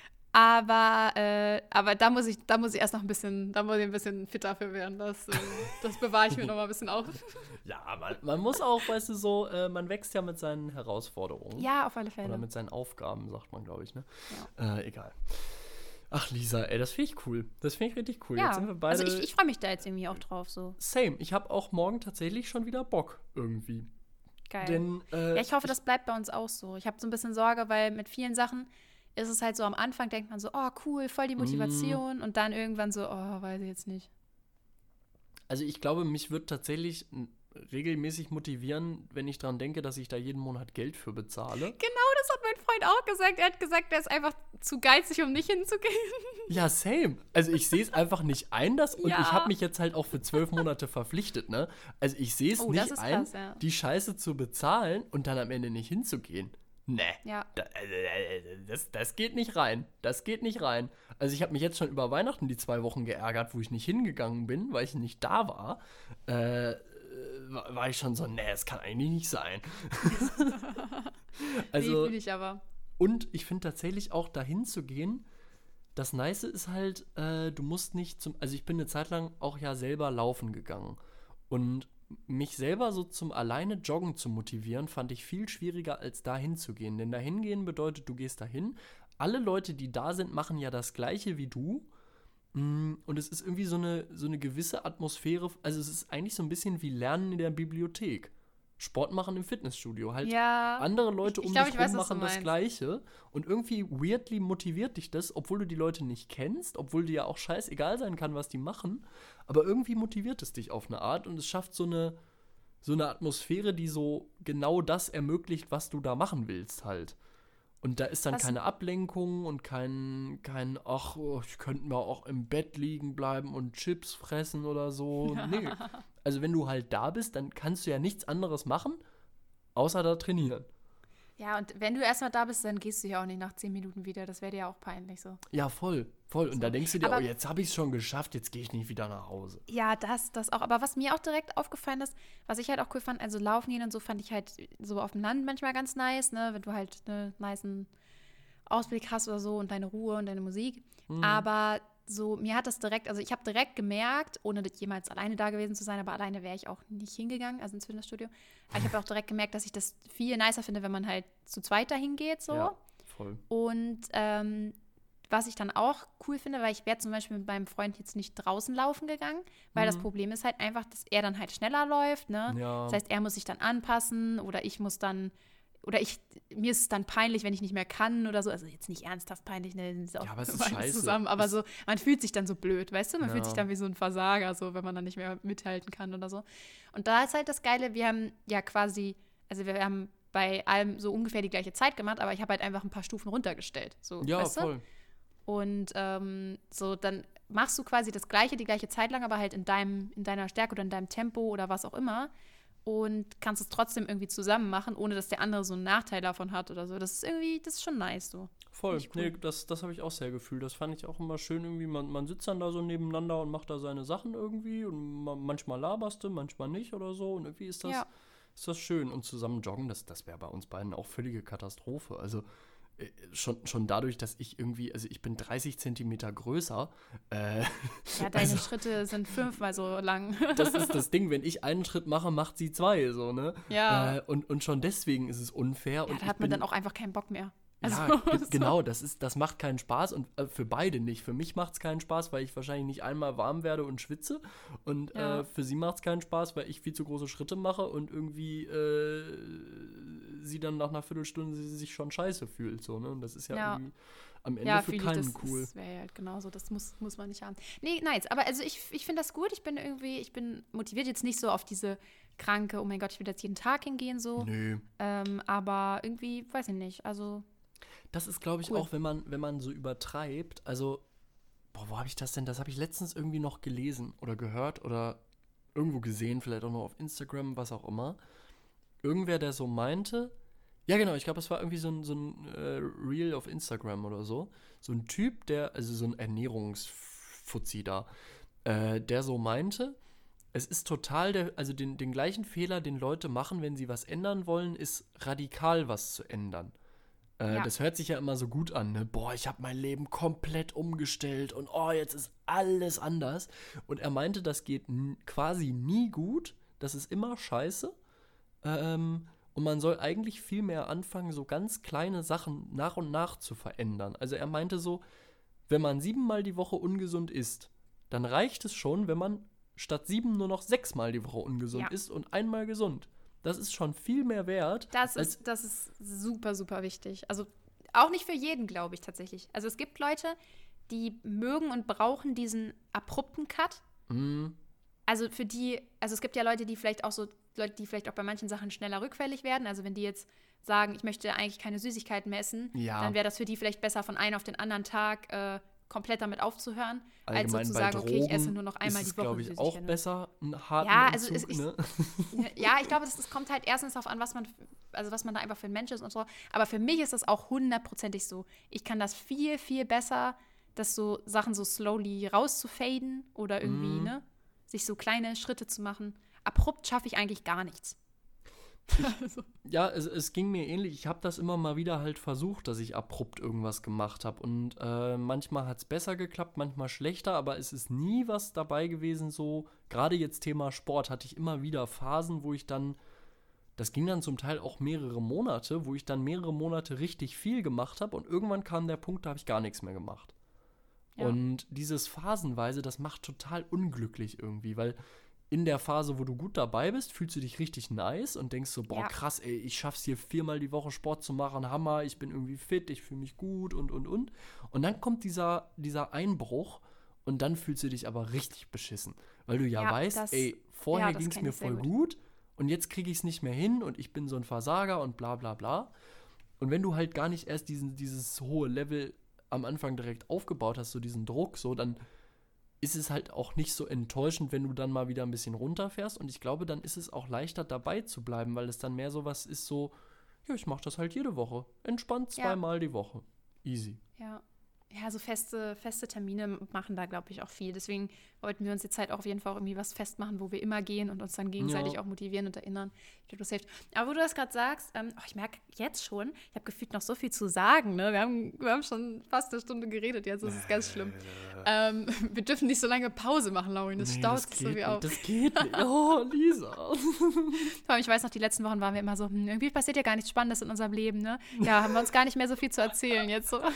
Aber, äh, aber da muss ich, da muss ich erst noch ein bisschen, da muss ich ein bisschen fitter für werden. Das, äh, das bewahre ich mir noch mal ein bisschen auf. Ja, man, man muss auch, weißt du, so, äh, man wächst ja mit seinen Herausforderungen. Ja, auf alle Oder Fälle. mit seinen Aufgaben, sagt man, glaube ich, ne? Äh, egal. Ach, Lisa, ey, das finde ich cool. Das finde ich richtig cool. Ja, Jetzt sind wir beide. also ich, ich freue mich da jetzt irgendwie auch drauf, so. Same. Ich habe auch morgen tatsächlich schon wieder Bock, irgendwie. Geil. Denn, äh, Ja, ich hoffe, das bleibt bei uns auch so. Ich habe so ein bisschen Sorge, weil mit vielen Sachen ist es halt so, am Anfang denkt man so, oh cool, voll die Motivation. Und dann irgendwann so, oh, weiß ich jetzt nicht. Also ich glaube, mich wird tatsächlich n- regelmäßig motivieren, wenn ich daran denke, dass ich da jeden Monat Geld für bezahle. Genau, das hat mein Freund auch gesagt. Er hat gesagt, er ist einfach zu geizig, um nicht hinzugehen. Ja, same. Also ich sehe es einfach nicht ein, das und Ja. ich habe mich jetzt halt auch für zwölf Monate verpflichtet, ne? Also ich sehe es Oh, das nicht ist ein, krass, ja. die Scheiße zu bezahlen und dann am Ende nicht hinzugehen. Ne. Ja. Da, äh, äh, das, das geht nicht rein. Das geht nicht rein. Also ich habe mich jetzt schon über Weihnachten die zwei Wochen geärgert, wo ich nicht hingegangen bin, weil ich nicht da war. Äh, äh, war war ich schon so, ne, es kann eigentlich nicht sein. Also, also, nee, fühle ich aber. und ich finde tatsächlich auch dahin zu gehen, das Nice ist halt, äh, du musst nicht zum, also ich bin eine Zeit lang auch ja selber laufen gegangen und mich selber so zum alleine Joggen zu motivieren, fand ich viel schwieriger als dahin zu gehen, denn dahin gehen bedeutet, du gehst dahin, alle Leute, die da sind, machen ja das Gleiche wie du mm, und es ist irgendwie so eine, so eine gewisse Atmosphäre, also es ist eigentlich so ein bisschen wie Lernen in der Bibliothek. Sport machen im Fitnessstudio. Halt Ja. andere Leute Ich- ich um glaub, dich ich weiß, rum was du machen das meinst. Gleiche. Und irgendwie weirdly motiviert dich das, obwohl du die Leute nicht kennst, obwohl dir ja auch scheißegal sein kann, was die machen. Aber irgendwie motiviert es dich auf eine Art und es schafft so eine, so eine Atmosphäre, die so genau das ermöglicht, was du da machen willst halt. Und da ist dann Was- keine Ablenkung und kein, kein, ach, oh, ich könnte mal auch im Bett liegen bleiben und Chips fressen oder so. Nee. Also wenn du halt da bist, dann kannst du ja nichts anderes machen, außer da trainieren. Ja, und wenn du erstmal da bist, dann gehst du ja auch nicht nach zehn Minuten wieder. Das wäre dir ja auch peinlich so. Ja, voll, voll. Und da denkst du dir, Aber- oh, jetzt habe ich es schon geschafft, jetzt gehe ich nicht wieder nach Hause. Ja, das, das auch. Aber was mir auch direkt aufgefallen ist, was ich halt auch cool fand, also laufen gehen und so fand ich halt so auf dem Land manchmal ganz nice, ne, wenn du halt einen nicen Ausblick hast oder so und deine Ruhe und deine Musik. Aber so, mir hat das direkt, also ich habe direkt gemerkt, ohne jemals alleine da gewesen zu sein, aber alleine wäre ich auch nicht hingegangen, also ins Fitnessstudio. Aber ich habe auch direkt gemerkt, dass ich das viel nicer finde, wenn man halt zu zweit dahin geht, so. Ja, voll. Und ähm, was ich dann auch cool finde, weil ich wäre zum Beispiel mit meinem Freund jetzt nicht draußen laufen gegangen, weil das Problem ist halt einfach, dass er dann halt schneller läuft, ne? Ja. Das heißt, er muss sich dann anpassen oder ich muss dann, oder ich, mir ist es dann peinlich, wenn ich nicht mehr kann oder so. Also jetzt nicht ernsthaft peinlich, ne? Das ist auch Ja, aber es ist beides scheiße. zusammen, aber Es- so, man fühlt sich dann so blöd, weißt du? Man fühlt Ja. sich dann wie so ein Versager, so, wenn man dann nicht mehr mithalten kann oder so. Und da ist halt das Geile, wir haben ja quasi, also wir haben bei allem so ungefähr die gleiche Zeit gemacht, aber ich habe halt einfach ein paar Stufen runtergestellt. So, Ja, weißt du? voll. Und ähm, so, dann machst du quasi das Gleiche die gleiche Zeit lang, aber halt in deinem, in deiner Stärke oder in deinem Tempo oder was auch immer. und kannst es trotzdem irgendwie zusammen machen, ohne dass der andere so einen Nachteil davon hat oder so. Das ist irgendwie, das ist schon nice so. Voll, Cool. nee, das, das habe ich auch sehr gefühlt. Das fand ich auch immer schön irgendwie. Man, man sitzt dann da so nebeneinander und macht da seine Sachen irgendwie und ma- manchmal laberst du, manchmal nicht oder so und irgendwie ist das, Ja. ist das schön. Und zusammen joggen, das, das wäre bei uns beiden auch völlige Katastrophe. Also äh, schon, schon dadurch, dass ich irgendwie, also ich bin dreißig Zentimeter größer, äh, Ja, deine Also- Schritte sind fünfmal so lang. das ist das Ding, wenn ich einen Schritt mache, macht sie zwei, so, ne? Ja. Äh, und, und schon deswegen ist es unfair. Ja, und da ich hat man bin, dann auch einfach keinen Bock mehr. Also, ja, ge- so. genau, das ist, das macht keinen Spaß und äh, für beide nicht. Für mich macht es keinen Spaß, weil ich wahrscheinlich nicht einmal warm werde und schwitze. Und Ja. äh, für sie macht es keinen Spaß, weil ich viel zu große Schritte mache und irgendwie äh, sie dann nach einer Viertelstunde sie sich schon scheiße fühlt. So, ne? Und das ist ja, Ja. irgendwie am Ende Ja, für fühl ich, keinen das, cool. das wäre ja halt genauso. Das muss, muss man nicht haben. Nee, nice. Aber also ich, ich finde das gut. Ich bin irgendwie, ich bin motiviert jetzt nicht so auf diese kranke, oh mein Gott, ich will jetzt jeden Tag hingehen so. Nö. Ähm, aber irgendwie, weiß ich nicht. Also, Das ist, glaube ich, Cool. auch, wenn man, wenn man so übertreibt, also, boah, wo habe ich das denn? Das habe ich letztens irgendwie noch gelesen oder gehört oder irgendwo gesehen, vielleicht auch noch auf Instagram, was auch immer. Irgendwer, der so meinte, ja genau, ich glaube, es war irgendwie so ein, so ein äh, Reel auf Instagram oder so. So ein Typ, der, also so ein Ernährungsfuzzi da, äh, der so meinte, es ist total der, also den, den gleichen Fehler, den Leute machen, wenn sie was ändern wollen, ist radikal was zu ändern. Äh, Ja. Das hört sich ja immer so gut an, ne? Boah, ich habe mein Leben komplett umgestellt und oh, jetzt ist alles anders. Und er meinte, das geht n- quasi nie gut, das ist immer scheiße. Ähm, und man soll eigentlich viel mehr anfangen, so ganz kleine Sachen nach und nach zu verändern. Also er meinte so, wenn man siebenmal die Woche ungesund isst, dann reicht es schon, wenn man statt sieben nur noch sechsmal die Woche ungesund Ja. isst und einmal gesund. Das ist schon viel mehr wert. das als, ist, das ist super, super wichtig. Also, auch nicht für jeden, glaube ich tatsächlich. Also, es gibt Leute, die mögen und brauchen diesen abrupten Cut. mh, Also für die, also es gibt ja Leute, die vielleicht auch so, Leute, die vielleicht auch bei manchen Sachen schneller rückfällig werden. Also wenn die jetzt sagen, ich möchte eigentlich keine Süßigkeiten mehr essen, Ja. dann wäre das für die vielleicht besser, von einem auf den anderen Tag äh, komplett damit aufzuhören, als so allgemein zu bei sagen, okay, ich esse Drogen nur noch einmal ist es, die Woche glaube ich, auch Süßigkeiten. besser, einen harten Ja, also Entzug, es- ich- ne? Ja, ich glaube, das, das kommt halt erstens darauf an, was man, also was man da einfach für ein Mensch ist und so. Aber für mich ist das auch hundertprozentig so. Ich kann das viel, viel besser, das so Sachen so slowly rauszufaden oder irgendwie, Mhm. ne? Sich so kleine Schritte zu machen. Abrupt schaffe ich eigentlich gar nichts. Also, Ja, es, es ging mir ähnlich. Ich habe das immer mal wieder halt versucht, dass ich abrupt irgendwas gemacht habe. Und äh, manchmal hat es besser geklappt, manchmal schlechter, aber es ist nie was dabei gewesen, so, gerade jetzt Thema Sport, hatte ich immer wieder Phasen, wo ich dann, das ging dann zum Teil auch mehrere Monate, wo ich dann mehrere Monate richtig viel gemacht habe und irgendwann kam der Punkt, da habe ich gar nichts mehr gemacht. Ja. Und dieses Phasenweise, das macht total unglücklich irgendwie, weil in der Phase, wo du gut dabei bist, fühlst du dich richtig nice und denkst so, boah, Ja. krass, ey, ich schaff's hier viermal die Woche Sport zu machen, Hammer, ich bin irgendwie fit, ich fühle mich gut und, und, und. Und dann kommt dieser, dieser Einbruch und dann fühlst du dich aber richtig beschissen, weil du ja, Ja, weißt, das- ey, vorher ja, das ging's kenn mir ich sehr voll gut. gut und jetzt kriege ich es nicht mehr hin und ich bin so ein Versager und bla bla bla. Und wenn du halt gar nicht erst diesen, dieses hohe Level am Anfang direkt aufgebaut hast, so diesen Druck, so, dann ist es halt auch nicht so enttäuschend, wenn du dann mal wieder ein bisschen runterfährst. Und ich glaube, dann ist es auch leichter dabei zu bleiben, weil es dann mehr so was ist, so, ja, ich mache das halt jede Woche. Entspannt Ja. zweimal die Woche. Easy. ja. Ja, so feste, feste Termine machen da, glaube ich, auch viel. Deswegen wollten wir uns jetzt halt auch auf jeden Fall auch irgendwie was festmachen, wo wir immer gehen und uns dann gegenseitig Ja. auch motivieren und erinnern. Ich glaube, das hilft. Aber wo du das gerade sagst, ähm, oh, ich merke jetzt schon, ich habe gefühlt noch so viel zu sagen. Ne? Wir, haben, wir haben schon fast eine Stunde geredet jetzt, das ist ganz schlimm. Ähm, wir dürfen nicht so lange Pause machen, Laurin, das Nee, staut das sich geht so wie nicht, auf. Das geht nicht. Oh, Lisa. Vor allem, ich weiß noch, die letzten Wochen waren wir immer so, hm, irgendwie passiert ja gar nichts Spannendes in unserem Leben, ne? Ja, haben wir uns gar nicht mehr so viel zu erzählen jetzt so.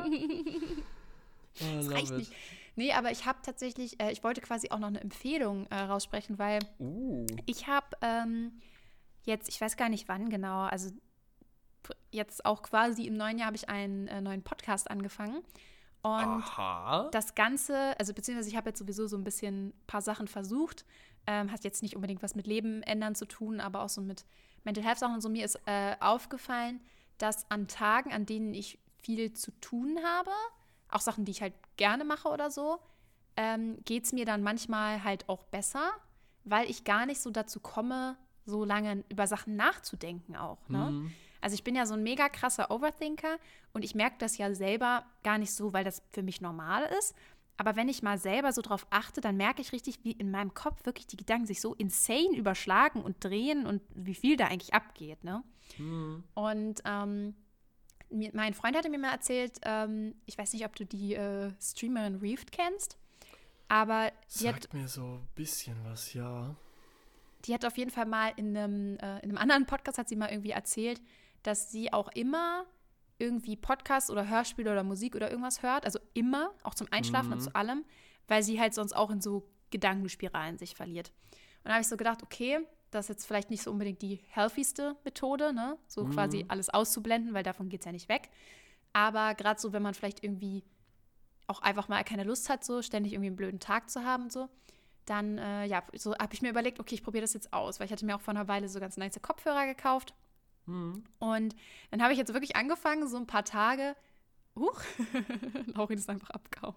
Oh, Das love reicht it. nicht. Nee, aber ich habe tatsächlich, äh, ich wollte quasi auch noch eine Empfehlung äh, raussprechen, weil Uh. ich habe ähm, jetzt, ich weiß gar nicht wann genau, also pr- jetzt auch quasi im neuen Jahr habe ich einen äh, neuen Podcast angefangen. Und Aha. das Ganze, also beziehungsweise ich habe jetzt sowieso so ein bisschen ein paar Sachen versucht. Ähm, hat jetzt nicht unbedingt was mit Leben ändern zu tun, aber auch so mit Mental Health Sachen und so. Mir ist äh, aufgefallen, dass an Tagen, an denen ich viel zu tun habe, auch Sachen, die ich halt gerne mache oder so, ähm, geht es mir dann manchmal halt auch besser, weil ich gar nicht so dazu komme, so lange über Sachen nachzudenken auch, ne? Mhm. Also ich bin ja so ein mega krasser Overthinker und ich merke das ja selber gar nicht so, weil das für mich normal ist. Aber wenn ich mal selber so drauf achte, dann merke ich richtig, wie in meinem Kopf wirklich die Gedanken sich so insane überschlagen und drehen und wie viel da eigentlich abgeht, ne? Mhm. Und ähm, mir, mein Freund hatte mir mal erzählt, ähm, ich weiß nicht, ob du die äh, Streamerin Reefed kennst, aber die Sagt hat, mir so ein bisschen was, ja. die hat auf jeden Fall mal in einem, äh, in einem anderen Podcast hat sie mal irgendwie erzählt, dass sie auch immer irgendwie Podcasts oder Hörspiele oder Musik oder irgendwas hört, also immer, auch zum Einschlafen Mhm. und zu allem, weil sie halt sonst auch in so Gedankenspiralen sich verliert. Und da habe ich so gedacht, okay, das ist jetzt vielleicht nicht so unbedingt die healthyste Methode, ne? So Mhm. quasi alles auszublenden, weil davon geht es ja nicht weg. Aber gerade so, wenn man vielleicht irgendwie auch einfach mal keine Lust hat, so ständig irgendwie einen blöden Tag zu haben und so, dann äh, ja, so habe ich mir überlegt, okay, ich probiere das jetzt aus, weil ich hatte mir auch vor einer Weile so ganz nice Kopfhörer gekauft. Mhm. Und dann habe ich jetzt wirklich angefangen, so ein paar Tage. Huch, Laurin ist einfach abgehauen.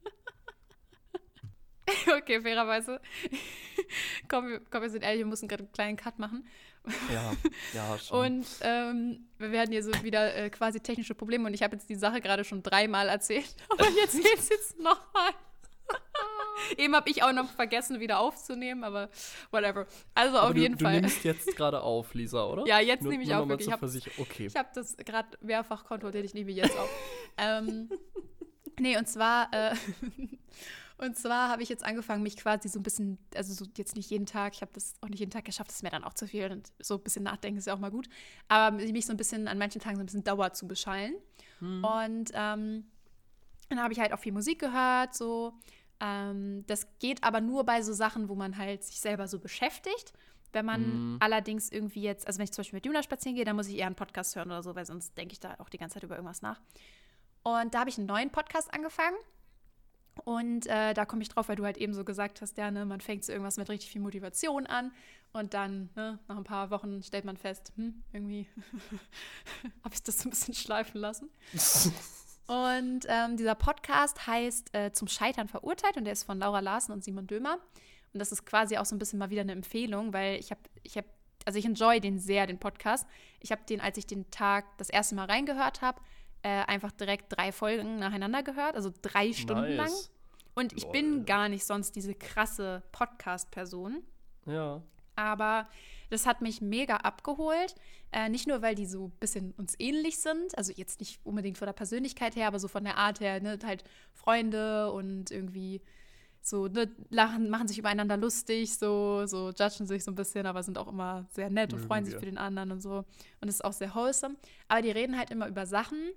Okay, fairerweise. komm, wir, komm, wir sind ehrlich, wir mussten gerade einen kleinen Cut machen. Ja, ja, schon. Und ähm, wir hatten hier so wieder äh, quasi technische Probleme und ich habe jetzt die Sache gerade schon dreimal erzählt. Aber jetzt geht's jetzt nochmal. Eben habe ich auch noch vergessen, wieder aufzunehmen, aber whatever. Also Aber auf du, jeden du Fall. Du nimmst jetzt gerade auf, Lisa, oder? Ja, jetzt Nur- nehme ich nur auf. noch mal wirklich. Ich zur habe Versicherung. Okay. ich hab das gerade mehrfach kontrolliert, ich nehme jetzt auf. ähm, nee, und zwar, äh, und zwar habe ich jetzt angefangen, mich quasi so ein bisschen, also so jetzt nicht jeden Tag, ich habe das auch nicht jeden Tag geschafft, das ist mir dann auch zu viel und so ein bisschen nachdenken ist ja auch mal gut, aber mich so ein bisschen an manchen Tagen so ein bisschen Dauer zu beschallen. Hm. Und ähm, dann habe ich halt auch viel Musik gehört, so. Ähm, das geht aber nur bei so Sachen, wo man halt sich selber so beschäftigt. Wenn man Mhm. allerdings irgendwie jetzt, also wenn ich zum Beispiel mit Juna spazieren gehe, dann muss ich eher einen Podcast hören oder so, weil sonst denke ich da auch die ganze Zeit über irgendwas nach. Und da habe ich einen neuen Podcast angefangen. Und äh, da komme ich drauf, weil du halt eben so gesagt hast, ja, ne, man fängt so irgendwas mit richtig viel Motivation an und dann, ne, nach ein paar Wochen stellt man fest, hm, irgendwie habe ich das so ein bisschen schleifen lassen. Und ähm, dieser Podcast heißt äh, Zum Scheitern verurteilt und der ist von Laura Larsen und Simon Dömer. Und das ist quasi auch so ein bisschen mal wieder eine Empfehlung, weil ich habe, ich habe, also ich enjoy den sehr, den Podcast. Ich habe den, als ich den Tag das erste Mal reingehört habe, äh, einfach direkt drei Folgen nacheinander gehört, also drei Stunden lang. Nice. Und ich Lol. bin gar nicht sonst diese krasse Podcast-Person. Ja. Aber das hat mich mega abgeholt. Äh, nicht nur, weil die so ein bisschen uns ähnlich sind, also jetzt nicht unbedingt von der Persönlichkeit her, aber so von der Art her, ne, halt Freunde und irgendwie so, ne, lachen, machen sich übereinander lustig, so, so judgen sich so ein bisschen, aber sind auch immer sehr nett und Mögen freuen sich wir. für den anderen und so. Und es ist auch sehr wholesome. Aber die reden halt immer über Sachen,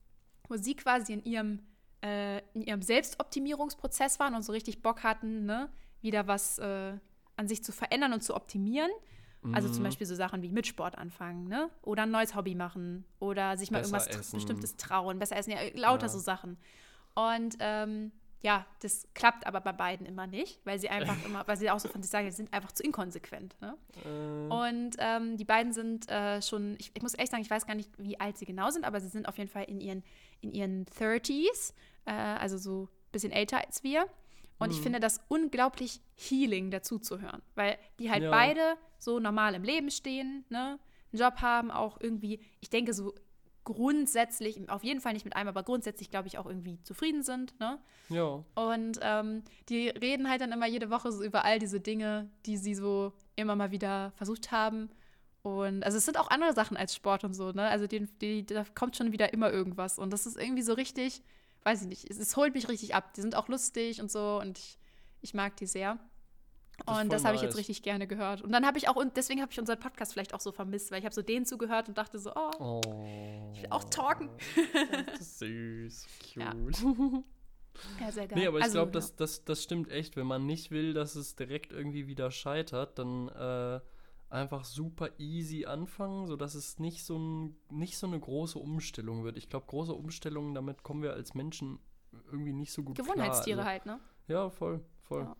wo sie quasi in ihrem, äh, in ihrem Selbstoptimierungsprozess waren und so richtig Bock hatten, ne, wieder was äh, an sich zu verändern und zu optimieren. Also zum Mhm. Beispiel so Sachen wie mit Sport anfangen, ne? Oder ein neues Hobby machen. Oder sich mal Besser irgendwas tr- essen. Bestimmtes trauen. Besser essen, ja, lauter Ja. so Sachen. Und ähm, ja, das klappt aber bei beiden immer nicht, weil sie einfach immer, weil sie auch so von sich sagen, sie sind einfach zu inkonsequent. Ne? Äh, Und ähm, die beiden sind äh, schon, ich, ich muss echt sagen, ich weiß gar nicht, wie alt sie genau sind, aber sie sind auf jeden Fall in ihren, in ihren dreißiger, äh, also so ein bisschen älter als wir. Und ich Mhm. finde das unglaublich healing, dazu zu hören, weil die halt Ja. beide so normal im Leben stehen, ne? Einen Job haben, auch irgendwie, ich denke so grundsätzlich, auf jeden Fall nicht mit einem, aber grundsätzlich, glaube ich, auch irgendwie zufrieden sind, ne? ja. Und ähm, die reden halt dann immer jede Woche so über all diese Dinge, die sie so immer mal wieder versucht haben. Und also es sind auch andere Sachen als Sport und so, ne? Also die, die, da kommt schon wieder immer irgendwas. Und das ist irgendwie so richtig, weiß ich nicht, es, es holt mich richtig ab. Die sind auch lustig und so und ich, ich mag die sehr. Das ist Und voll das habe ich jetzt nice. richtig gerne gehört. Und dann habe ich auch, und deswegen habe ich unseren Podcast vielleicht auch so vermisst, weil ich habe so denen zugehört und dachte so, oh, Oh. ich will auch talken. Das ist süß. Ja. Cute. Ja, sehr geil. Nee, aber ich Also, glaube, ja. das, das, das stimmt echt. Wenn man nicht will, dass es direkt irgendwie wieder scheitert, dann äh, einfach super easy anfangen, sodass es nicht so, ein, nicht so eine große Umstellung wird. Ich glaube, große Umstellungen, damit kommen wir als Menschen irgendwie nicht so gut Gewohnheitstiere klar. halt, ne? Also, ja, voll, voll. Ja.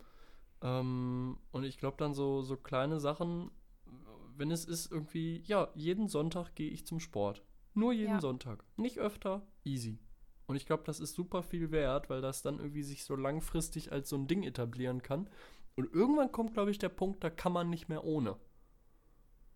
Ähm, und ich glaube dann so, so kleine Sachen, wenn es ist irgendwie, ja, jeden Sonntag gehe ich zum Sport. Nur jeden Ja. Sonntag. Nicht öfter, easy. Und ich glaube, das ist super viel wert, weil das dann irgendwie sich so langfristig als so ein Ding etablieren kann. Und irgendwann kommt, glaube ich, der Punkt, da kann man nicht mehr ohne.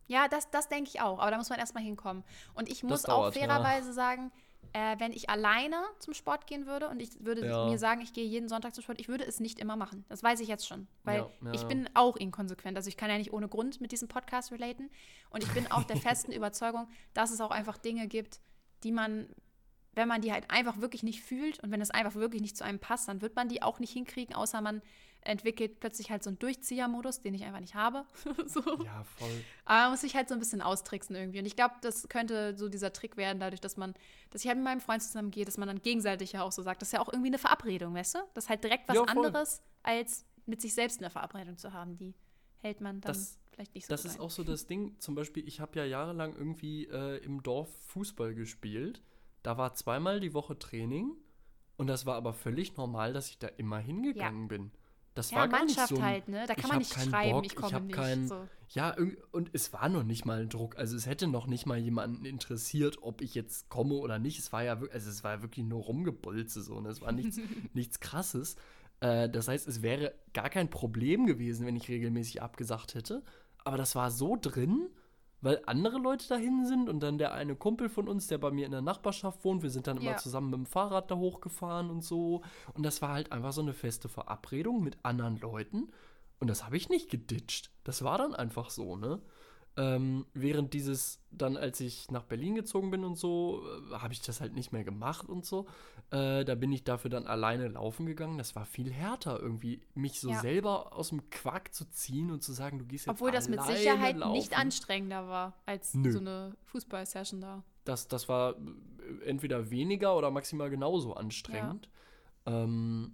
Ja, das, das denke ich auch. Aber da muss man erstmal hinkommen. Und ich muss dauert, auch fairerweise ja. sagen, äh, wenn ich alleine zum Sport gehen würde und ich würde ja. mir sagen, ich gehe jeden Sonntag zum Sport, ich würde es nicht immer machen. Das weiß ich jetzt schon. Weil ja, ja, ich bin auch inkonsequent. Also ich kann ja nicht ohne Grund mit diesem Podcast relaten. Und ich bin auch der festen Überzeugung, dass es auch einfach Dinge gibt, die man, wenn man die halt einfach wirklich nicht fühlt und wenn es einfach wirklich nicht zu einem passt, dann wird man die auch nicht hinkriegen, außer man entwickelt plötzlich halt so einen Durchzieher-Modus, den ich einfach nicht habe. so. Ja, voll. Aber man muss sich halt so ein bisschen austricksen irgendwie. Und ich glaube, das könnte so dieser Trick werden, dadurch, dass man, dass ich halt mit meinem Freund zusammen gehe, dass man dann gegenseitig ja auch so sagt, das ist ja auch irgendwie eine Verabredung, weißt du? Das ist halt direkt was ja, anderes, als mit sich selbst eine Verabredung zu haben. Die hält man dann das, vielleicht nicht so Das gut ist ein. auch so das Ding, zum Beispiel, ich habe ja jahrelang irgendwie äh, im Dorf Fußball gespielt. Da war zweimal die Woche Training und das war aber völlig normal, dass ich da immer hingegangen ja. bin. Das ja, war gar Mannschaft nicht so, halt, ne? Da kann man nicht schreiben, Bock, ich komme ich nicht. Kein, so. Ja, und es war noch nicht mal ein Druck. Also es hätte noch nicht mal jemanden interessiert, ob ich jetzt komme oder nicht. Es war ja wirklich, also es war ja wirklich nur Rumgebolze so. Ne? Es war nichts, nichts Krasses. Äh, das heißt, es wäre gar kein Problem gewesen, wenn ich regelmäßig abgesagt hätte. Aber das war so drin, weil andere Leute dahin sind und dann der eine Kumpel von uns, der bei mir in der Nachbarschaft wohnt, wir sind dann immer ja. zusammen mit dem Fahrrad da hochgefahren und so. Und das war halt einfach so eine feste Verabredung mit anderen Leuten. Und das habe ich nicht geditcht. Das war dann einfach so, ne? Ähm, während dieses, dann als ich nach Berlin gezogen bin und so, äh, habe ich das halt nicht mehr gemacht und so. Äh, da bin ich dafür dann alleine laufen gegangen. Das war viel härter irgendwie, mich so ja. selber aus dem Quark zu ziehen und zu sagen, du gehst jetzt Obwohl das mit alleine Sicherheit laufen. nicht anstrengender war als Nö. so eine Fußball-Session da. Das, das war entweder weniger oder maximal genauso anstrengend. Ja. Ähm,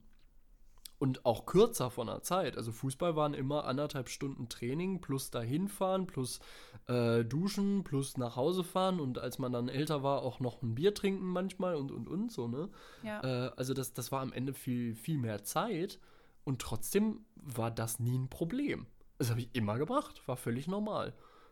Und auch kürzer von der Zeit. Also Fußball waren immer anderthalb Stunden Training plus dahin fahren, plus äh, duschen, plus nach Hause fahren und als man dann älter war, auch noch ein Bier trinken manchmal und, und, und so, ne? Ja. Äh, also das, das war am Ende viel, viel mehr Zeit und trotzdem war das nie ein Problem. Das habe ich immer gebracht, war völlig normal.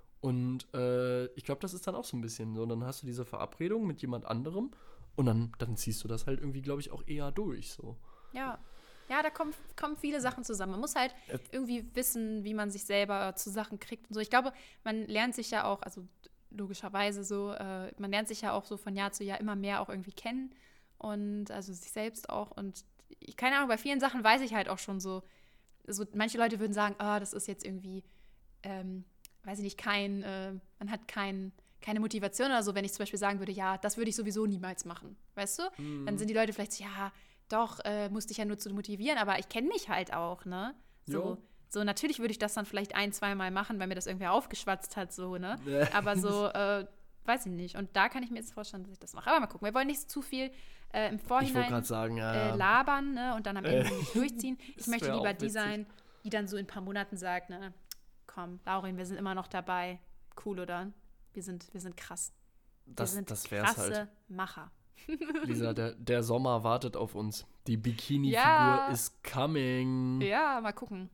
Und äh, ich glaube, das ist dann auch so ein bisschen so. Dann hast du diese Verabredung mit jemand anderem und dann, dann ziehst du das halt irgendwie, glaube ich, auch eher durch, so. Ja. Ja, da kommen, kommen viele Sachen zusammen. Man muss halt irgendwie wissen, wie man sich selber zu Sachen kriegt und so. Ich glaube, man lernt sich ja auch, also logischerweise so, äh, man lernt sich ja auch so von Jahr zu Jahr immer mehr auch irgendwie kennen und also sich selbst auch. Und ich, keine Ahnung, bei vielen Sachen weiß ich halt auch schon so, so manche Leute würden sagen, ah, das ist jetzt irgendwie, ähm, weiß ich nicht, kein, äh, man hat kein keine Motivation oder so, wenn ich zum Beispiel sagen würde, ja, das würde ich sowieso niemals machen, weißt du? Mhm. Dann sind die Leute vielleicht so, ja, doch, äh, musste ich ja nur zu motivieren, aber ich kenne mich halt auch, ne? So, so natürlich würde ich das dann vielleicht ein, zweimal machen, weil mir das irgendwer aufgeschwatzt hat, so, ne? Aber so, äh, weiß ich nicht. Und da kann ich mir jetzt vorstellen, dass ich das mache. Aber mal gucken, wir wollen nicht zu viel äh, im Vorhinein sagen, ja, äh, labern, ne? Und dann am Ende äh, nicht durchziehen. Ich möchte lieber die witzig. sein, die dann so in ein paar Monaten sagt, ne? Komm, Laurin, wir sind immer noch dabei. Cool, oder? Wir sind, wir sind krass. Wir das, sind das wär's krasse halt. Macher. Lisa, der, der Sommer wartet auf uns. Die Bikini-Figur ja. is coming. Ja, mal gucken.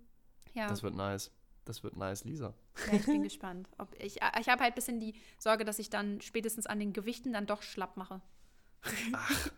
Ja. Das wird nice. Das wird nice, Lisa. Ja, ich bin gespannt. Ob ich ich habe halt ein bisschen die Sorge, dass ich dann spätestens an den Gewichten dann doch schlapp mache. Ach,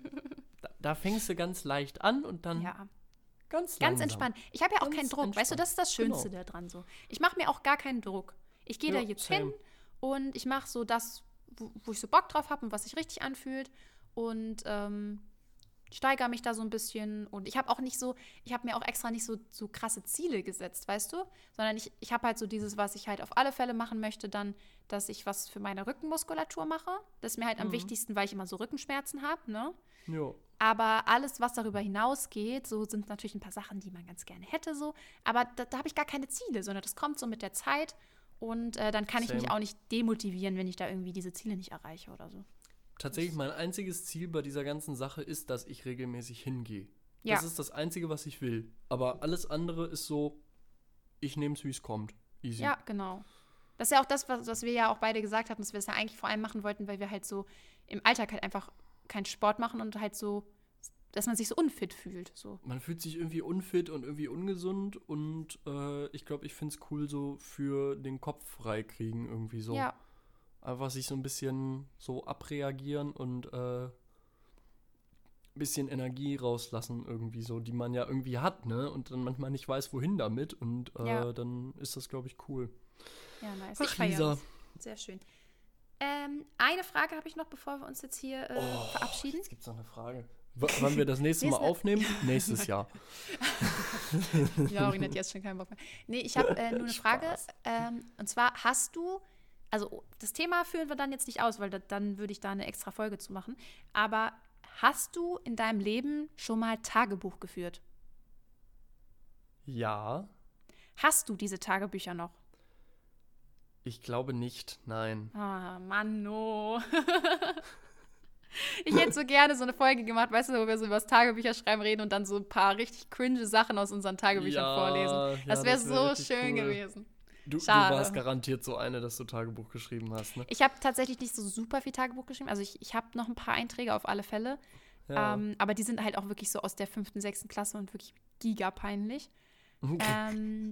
da, da fängst du ganz leicht an und dann ja. ganz langsam. Ganz entspannt. Ich habe ja auch ganz keinen Druck. Entspannt. Weißt du, das ist das Schönste genau. daran so. Ich mache mir auch gar keinen Druck. Ich gehe ja, da jetzt same. hin und ich mache so das, wo, wo ich so Bock drauf habe und was sich richtig anfühlt und ähm, steigere mich da so ein bisschen und ich habe auch nicht so, ich habe mir auch extra nicht so, so krasse Ziele gesetzt, weißt du, sondern ich, ich habe halt so dieses, was ich halt auf alle Fälle machen möchte, dann, dass ich was für meine Rückenmuskulatur mache. Das ist mir halt mhm. am wichtigsten, weil ich immer so Rückenschmerzen habe, ne? Jo. Aber alles, was darüber hinausgeht, so sind natürlich ein paar Sachen, die man ganz gerne hätte, so, aber da, da habe ich gar keine Ziele, sondern das kommt so mit der Zeit. Und äh, dann kann ich Same. mich auch nicht demotivieren, wenn ich da irgendwie diese Ziele nicht erreiche oder so. Tatsächlich, mein einziges Ziel bei dieser ganzen Sache ist, dass ich regelmäßig hingehe. Ja. Das ist das Einzige, was ich will. Aber alles andere ist so, ich nehme es, wie es kommt. Easy. Ja, genau. Das ist ja auch das, was, was wir ja auch beide gesagt hatten, dass wir es ja eigentlich vor allem machen wollten, weil wir halt so im Alltag halt einfach keinen Sport machen und halt so, dass man sich so unfit fühlt. So. Man fühlt sich irgendwie unfit und irgendwie ungesund und äh, ich glaube, ich finde es cool, so für den Kopf freikriegen irgendwie so. Ja. Einfach sich so ein bisschen so abreagieren und ein äh, bisschen Energie rauslassen irgendwie so, die man ja irgendwie hat, ne? Und dann manchmal nicht weiß, wohin damit und äh, ja. dann ist das, glaube ich, cool. Ja, nice. Ach, Ich feiere Lisa. das. Sehr schön. Ähm, eine Frage habe ich noch, bevor wir uns jetzt hier äh, Oh, verabschieden. Jetzt gibt es noch eine Frage. W wann wir das nächste Mal aufnehmen? Nächstes Jahr. Ja, Aurin hat jetzt schon keinen Bock mehr. Nee, ich habe äh, nur eine Frage. Spaß. Ähm, und zwar hast du, also das Thema führen wir dann jetzt nicht aus, weil da, dann würde ich da eine extra Folge zu machen. Aber hast du in deinem Leben schon mal Tagebuch geführt? Ja, Hast du diese Tagebücher noch? ich glaube nicht, nein. Ah, Mann, no. Ich hätte so gerne so eine Folge gemacht, weißt du, wo wir so über das Tagebücher schreiben reden und dann so ein paar richtig cringe Sachen aus unseren Tagebüchern Ja, vorlesen. Das ja, wäre das wär so richtig schön cool. gewesen. Du, du Schade. warst garantiert so eine, dass du Tagebuch geschrieben hast, ne? Ich habe tatsächlich nicht so super viel Tagebuch geschrieben. Also ich, ich habe noch ein paar Einträge auf alle Fälle. Ja. Ähm, aber die sind halt auch wirklich so aus der fünften, sechsten Klasse und wirklich gigapeinlich. Ähm,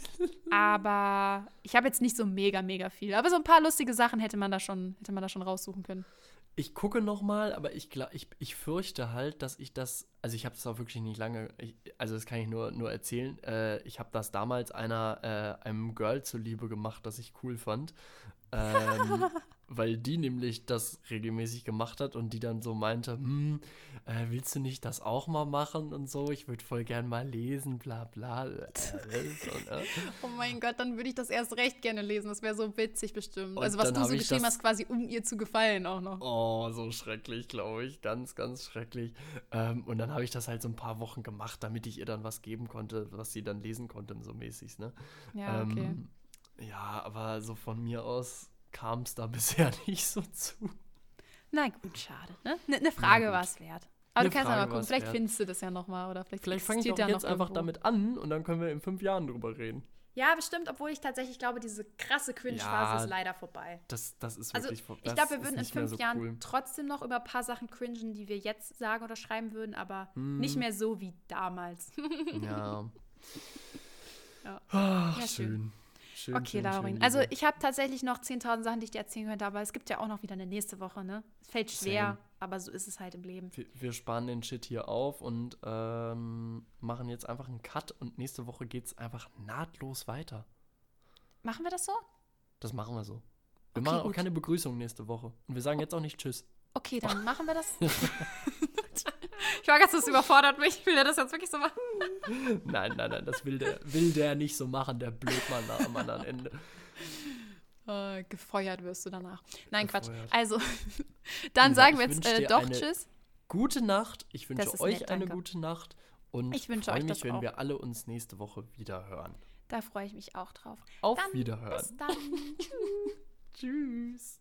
aber ich habe jetzt nicht so mega, mega viel. Aber so ein paar lustige Sachen hätte man da schon, hätte man da schon raussuchen können. Ich gucke noch mal, aber ich, glaub, ich, ich fürchte halt, dass ich das, also ich habe das auch wirklich nicht lange, ich, also das kann ich nur, nur erzählen, äh, ich habe das damals einer, äh, einem Girl zuliebe gemacht, das ich cool fand, ähm, weil die nämlich das regelmäßig gemacht hat und die dann so meinte, hm, äh, willst du nicht das auch mal machen und so, ich würde voll gern mal lesen, bla bla. Äh, so, ne? Oh mein Gott, dann würde ich das erst recht gerne lesen. Das wäre so witzig bestimmt. Und Also was dann du hab so ich geschrieben das- hast, quasi um ihr zu gefallen auch noch. Oh, so schrecklich, glaube ich. Ganz, ganz schrecklich. Ähm, und dann habe ich das halt so ein paar Wochen gemacht, damit ich ihr dann was geben konnte, was sie dann lesen konnte, so mäßig, ne? Ja, okay. Ähm, ja, aber so von mir aus kam es da bisher nicht so zu. Na gut, schade. Ne? Ne, eine Frage gut. war es wert. Aber Eine du kannst ja Frage mal gucken, war's vielleicht wert. findest du das ja nochmal oder vielleicht Vielleicht fange ich existiert auch ja jetzt noch einfach irgendwo. damit an und dann können wir in fünf Jahren drüber reden. Ja, bestimmt, obwohl ich tatsächlich glaube, diese krasse Cringe-Phase Ja, ist leider vorbei. Das, das ist Also wirklich vor- ich das glaube, wir ist würden in nicht mehr fünf so Jahren cool. trotzdem noch über ein paar Sachen cringen, die wir jetzt sagen oder schreiben würden, aber Hm. nicht mehr so wie damals. Ja. Ja. Ach, Ja, schön. schön. Schön, Okay, schön, Laurin. schön, Also Lisa. ich habe tatsächlich noch zehntausend Sachen, die ich dir erzählen könnte, aber es gibt ja auch noch wieder eine nächste Woche, ne? Es fällt schwer, Same. aber so ist es halt im Leben. Wir, wir sparen den Shit hier auf und ähm, machen jetzt einfach einen Cut und nächste Woche geht's einfach nahtlos weiter. Machen wir das so? Das machen wir so. Wir Okay, machen auch gut. keine Begrüßung nächste Woche. Und wir sagen jetzt auch nicht Tschüss. Okay, dann machen wir das. Ich war ganz, das überfordert mich. Will er das jetzt wirklich so machen? Nein, nein, nein, das will der, will der nicht so machen, der Blödmann da am anderen Ende. Äh, gefeuert wirst du danach. Nein, Gefeuert. Quatsch. Also, dann Lisa, sagen wir ich jetzt wünsch äh, dir doch eine- Tschüss. Gute Nacht. Ich wünsche Das ist euch nett, eine danke. gute Nacht. Und Ich wünsche freue euch mich, das wenn auch. wir alle uns nächste Woche wieder hören. Da freue ich mich auch drauf. Auf Dann Wiederhören. bis dann. Tschüss. Tschüss.